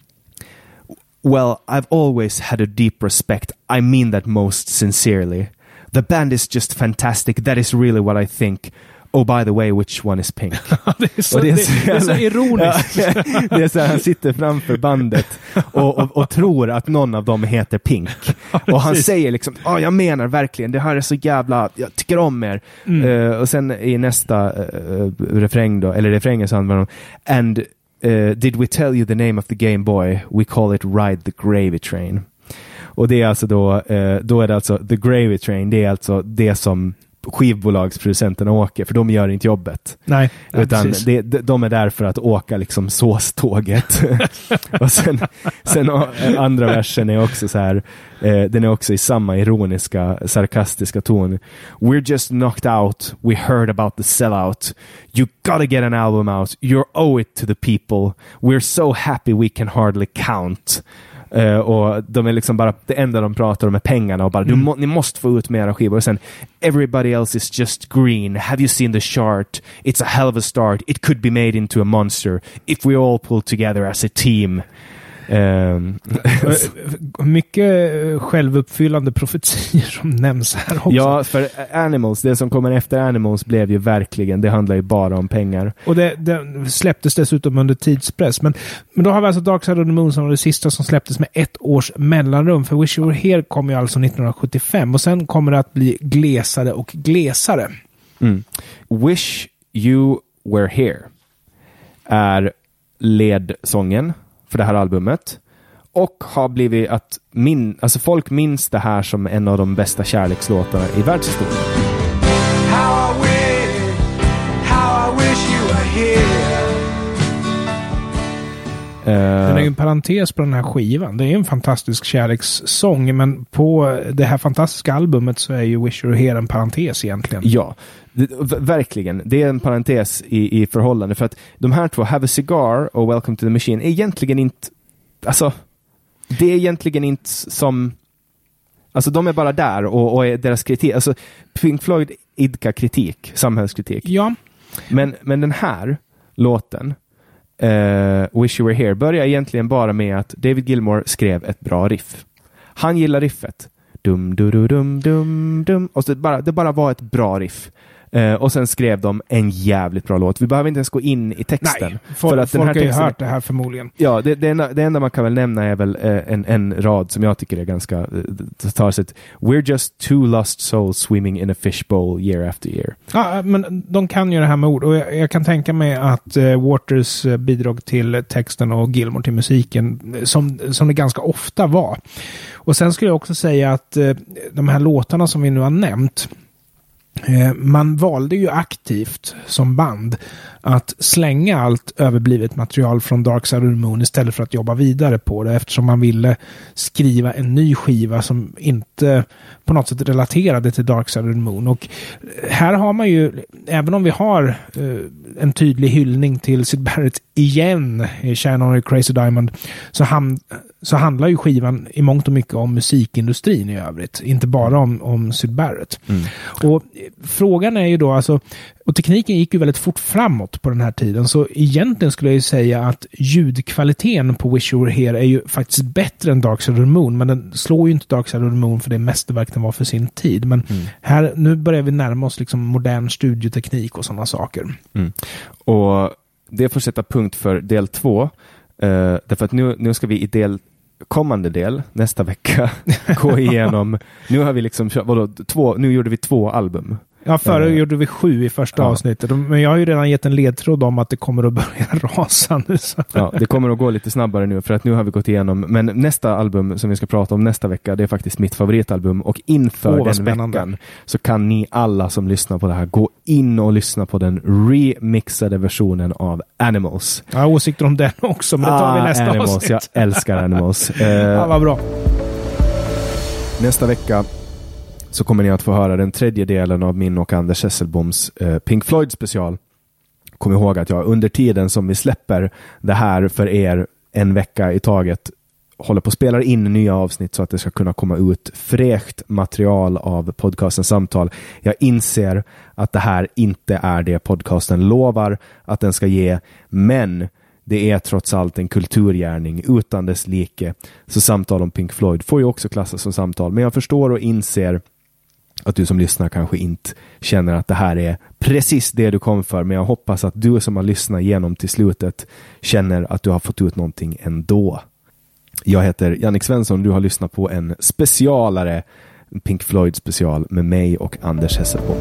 well, I've always had a deep respect. I mean that most sincerely. The band is just fantastic. That is really what I think. Oh, by the way, which one is Pink? det, är så, det, är så, det är så ironiskt. Det är så här, han sitter framför bandet och, och, och tror att någon av dem heter Pink. Och han säger liksom, ja, oh, jag menar verkligen, det här är så jävla, jag tycker om er. Mm. Uh, och sen i nästa uh, refräng då, eller refrängen så handlar det om, and uh, did we tell you the name of the Game Boy? We call it Ride the Gravy Train. Och det är alltså då, uh, då är det alltså The Gravy Train, det är alltså det som skivbolagsproducenterna åker, för de gör inte jobbet. Nej, utan det, de är där för att åka liksom såståget. Och sen, sen andra versen är också så här, eh, den är också i samma ironiska, sarkastiska ton. We're just knocked out. We heard about the sellout. You gotta get an album out. You owe it to the people. We're so happy we can hardly count. Uh, och de är liksom bara, det enda de pratar om är pengarna och bara, mm. du må, ni måste få ut mera skivor. Och sen, everybody else is just green. Have you seen the chart? It's a hell of a start. It could be made into a monster if we all pull together as a team. Um, mycket självuppfyllande profetier som nämns här också. Ja, för Animals, det som kommer efter Animals blev ju verkligen, det handlar ju bara om pengar. Och det, det släpptes dessutom under tidspress. Men, men då har vi alltså Dark Side of the Moon som var det sista som släpptes med ett års mellanrum. För Wish You Were Here kom ju alltså nittonhundrasjuttiofem och sen kommer det att bli glesare och glesare. Mm. Wish You Were Here är ledsången för det här albumet och har blivit att min, alltså folk minns det här som en av de bästa kärlekslåtarna i världshistorien. How I wish, how I wish you were here. Uh, det är en parentes på den här skivan. Det är en fantastisk kärlekssång, men på det här fantastiska albumet så är ju Wish You Were Here en parentes egentligen. Ja, det, v- verkligen. Det är en parentes i, i förhållande, för att de här två, Have a Cigar och Welcome to the Machine, är egentligen inte, alltså det är egentligen inte som, alltså de är bara där och, och är deras kritik, alltså Pink Floyd idkar kritik, samhällskritik. Ja. Men, men den här låten, uh, Wish You Were Here, börjar egentligen bara med att David Gilmour skrev ett bra riff. Han gillar riffet. Dum, dum, dum, dum, dum, dum. Och så det, bara, det bara var ett bra riff. Uh, och sen skrev de en jävligt bra låt. Vi behöver inte ens gå in i texten. Nej, folk, för att den här folk texten, har ju hört det här förmodligen. Ja, det, det, enda, det enda man kan väl nämna är väl uh, en, en rad som jag tycker är ganska uh, tar sig. We're just two lost souls swimming in a fishbowl year after year. Ja, men de kan ju det här med ord. Och jag, jag kan tänka mig att uh, Waters uh, bidrog till texten och Gilmour till musiken som, som det ganska ofta var. Och sen skulle jag också säga att uh, de här låtarna som vi nu har nämnt, man valde ju aktivt som band att slänga allt överblivet material från Dark Side of the Moon istället för att jobba vidare på det, eftersom man ville skriva en ny skiva som inte på något sätt relaterade till Dark Side of the Moon. Och här har man ju, även om vi har uh, en tydlig hyllning till Syd Barrett igen i Shine On a Crazy Diamond, så, ham- så handlar ju skivan i mångt och mycket om musikindustrin i övrigt, inte bara om, om Syd Barrett. Mm. Och frågan är ju då, alltså, och tekniken gick ju väldigt fort framåt på den här tiden, så egentligen skulle jag ju säga att ljudkvaliteten på Wish You Were Here är ju faktiskt bättre än Dark Side of the Moon, men den slår ju inte Dark Side of the Moon för det mästerverk den var för sin tid. Men mm. här, nu börjar vi närma oss liksom modern studioteknik och sådana saker. Mm. Och det får sätta punkt för del två, uh, därför att nu, nu ska vi i del kommande del nästa vecka gå igenom, nu har vi liksom vadå, två, nu gjorde vi två album. Ja, förra uh, gjorde vi sju i första ja. avsnittet. Men jag har ju redan gett en ledtråd om att det kommer att börja rasa nu. Så. Ja, det kommer att gå lite snabbare nu, för att nu har vi gått igenom. Men nästa album som vi ska prata om nästa vecka, det är faktiskt mitt favoritalbum. Och inför oh, den spännande. veckan så kan ni alla som lyssnar på det här gå in och lyssna på den remixade versionen av Animals. Jag har åsikter om den också, men det tar vi nästa ah, Animals, avsnitt. Jag älskar Animals. uh, ja, vad bra. Nästa vecka så kommer ni att få höra den tredje delen av min och Anders Hesselboms eh, Pink Floyd special. Kom ihåg att jag under tiden som vi släpper det här för er en vecka i taget håller på att spela in nya avsnitt så att det ska kunna komma ut fräscht material av podcastens samtal. Jag inser att det här inte är det podcasten lovar att den ska ge, men det är trots allt en kulturgärning utan dess like. Så samtal om Pink Floyd får ju också klassas som samtal, men jag förstår och inser att du som lyssnar kanske inte känner att det här är precis det du kom för, men jag hoppas att du som har lyssnat igenom till slutet känner att du har fått ut någonting ändå. Jag heter Jannik Svensson, du har lyssnat på en specialare Pink Floyd special med mig och Anders Hesselbom.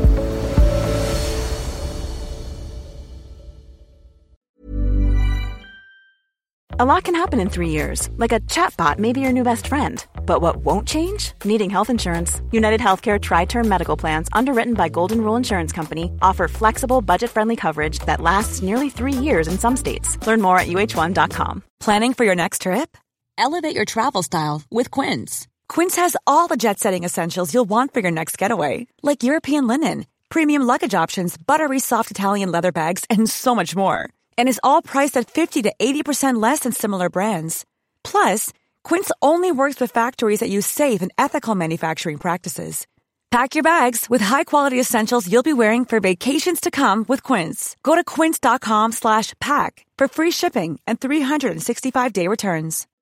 A lot can happen in three years, like a chatbot may be your new best friend. But what won't change? Needing health insurance. United Healthcare Tri-Term Medical Plans, underwritten by Golden Rule Insurance Company, offer flexible, budget-friendly coverage that lasts nearly three years in some states. Learn more at U H one dot com. Planning for your next trip? Elevate your travel style with Quince. Quince has all the jet-setting essentials you'll want for your next getaway, like European linen, premium luggage options, buttery soft Italian leather bags, and so much more. And is all priced at fifty to eighty percent less than similar brands. Plus, Quince only works with factories that use safe and ethical manufacturing practices. Pack your bags with high-quality essentials you'll be wearing for vacations to come with Quince. Go to quince dot com slash pack for free shipping and three sixty-five day returns.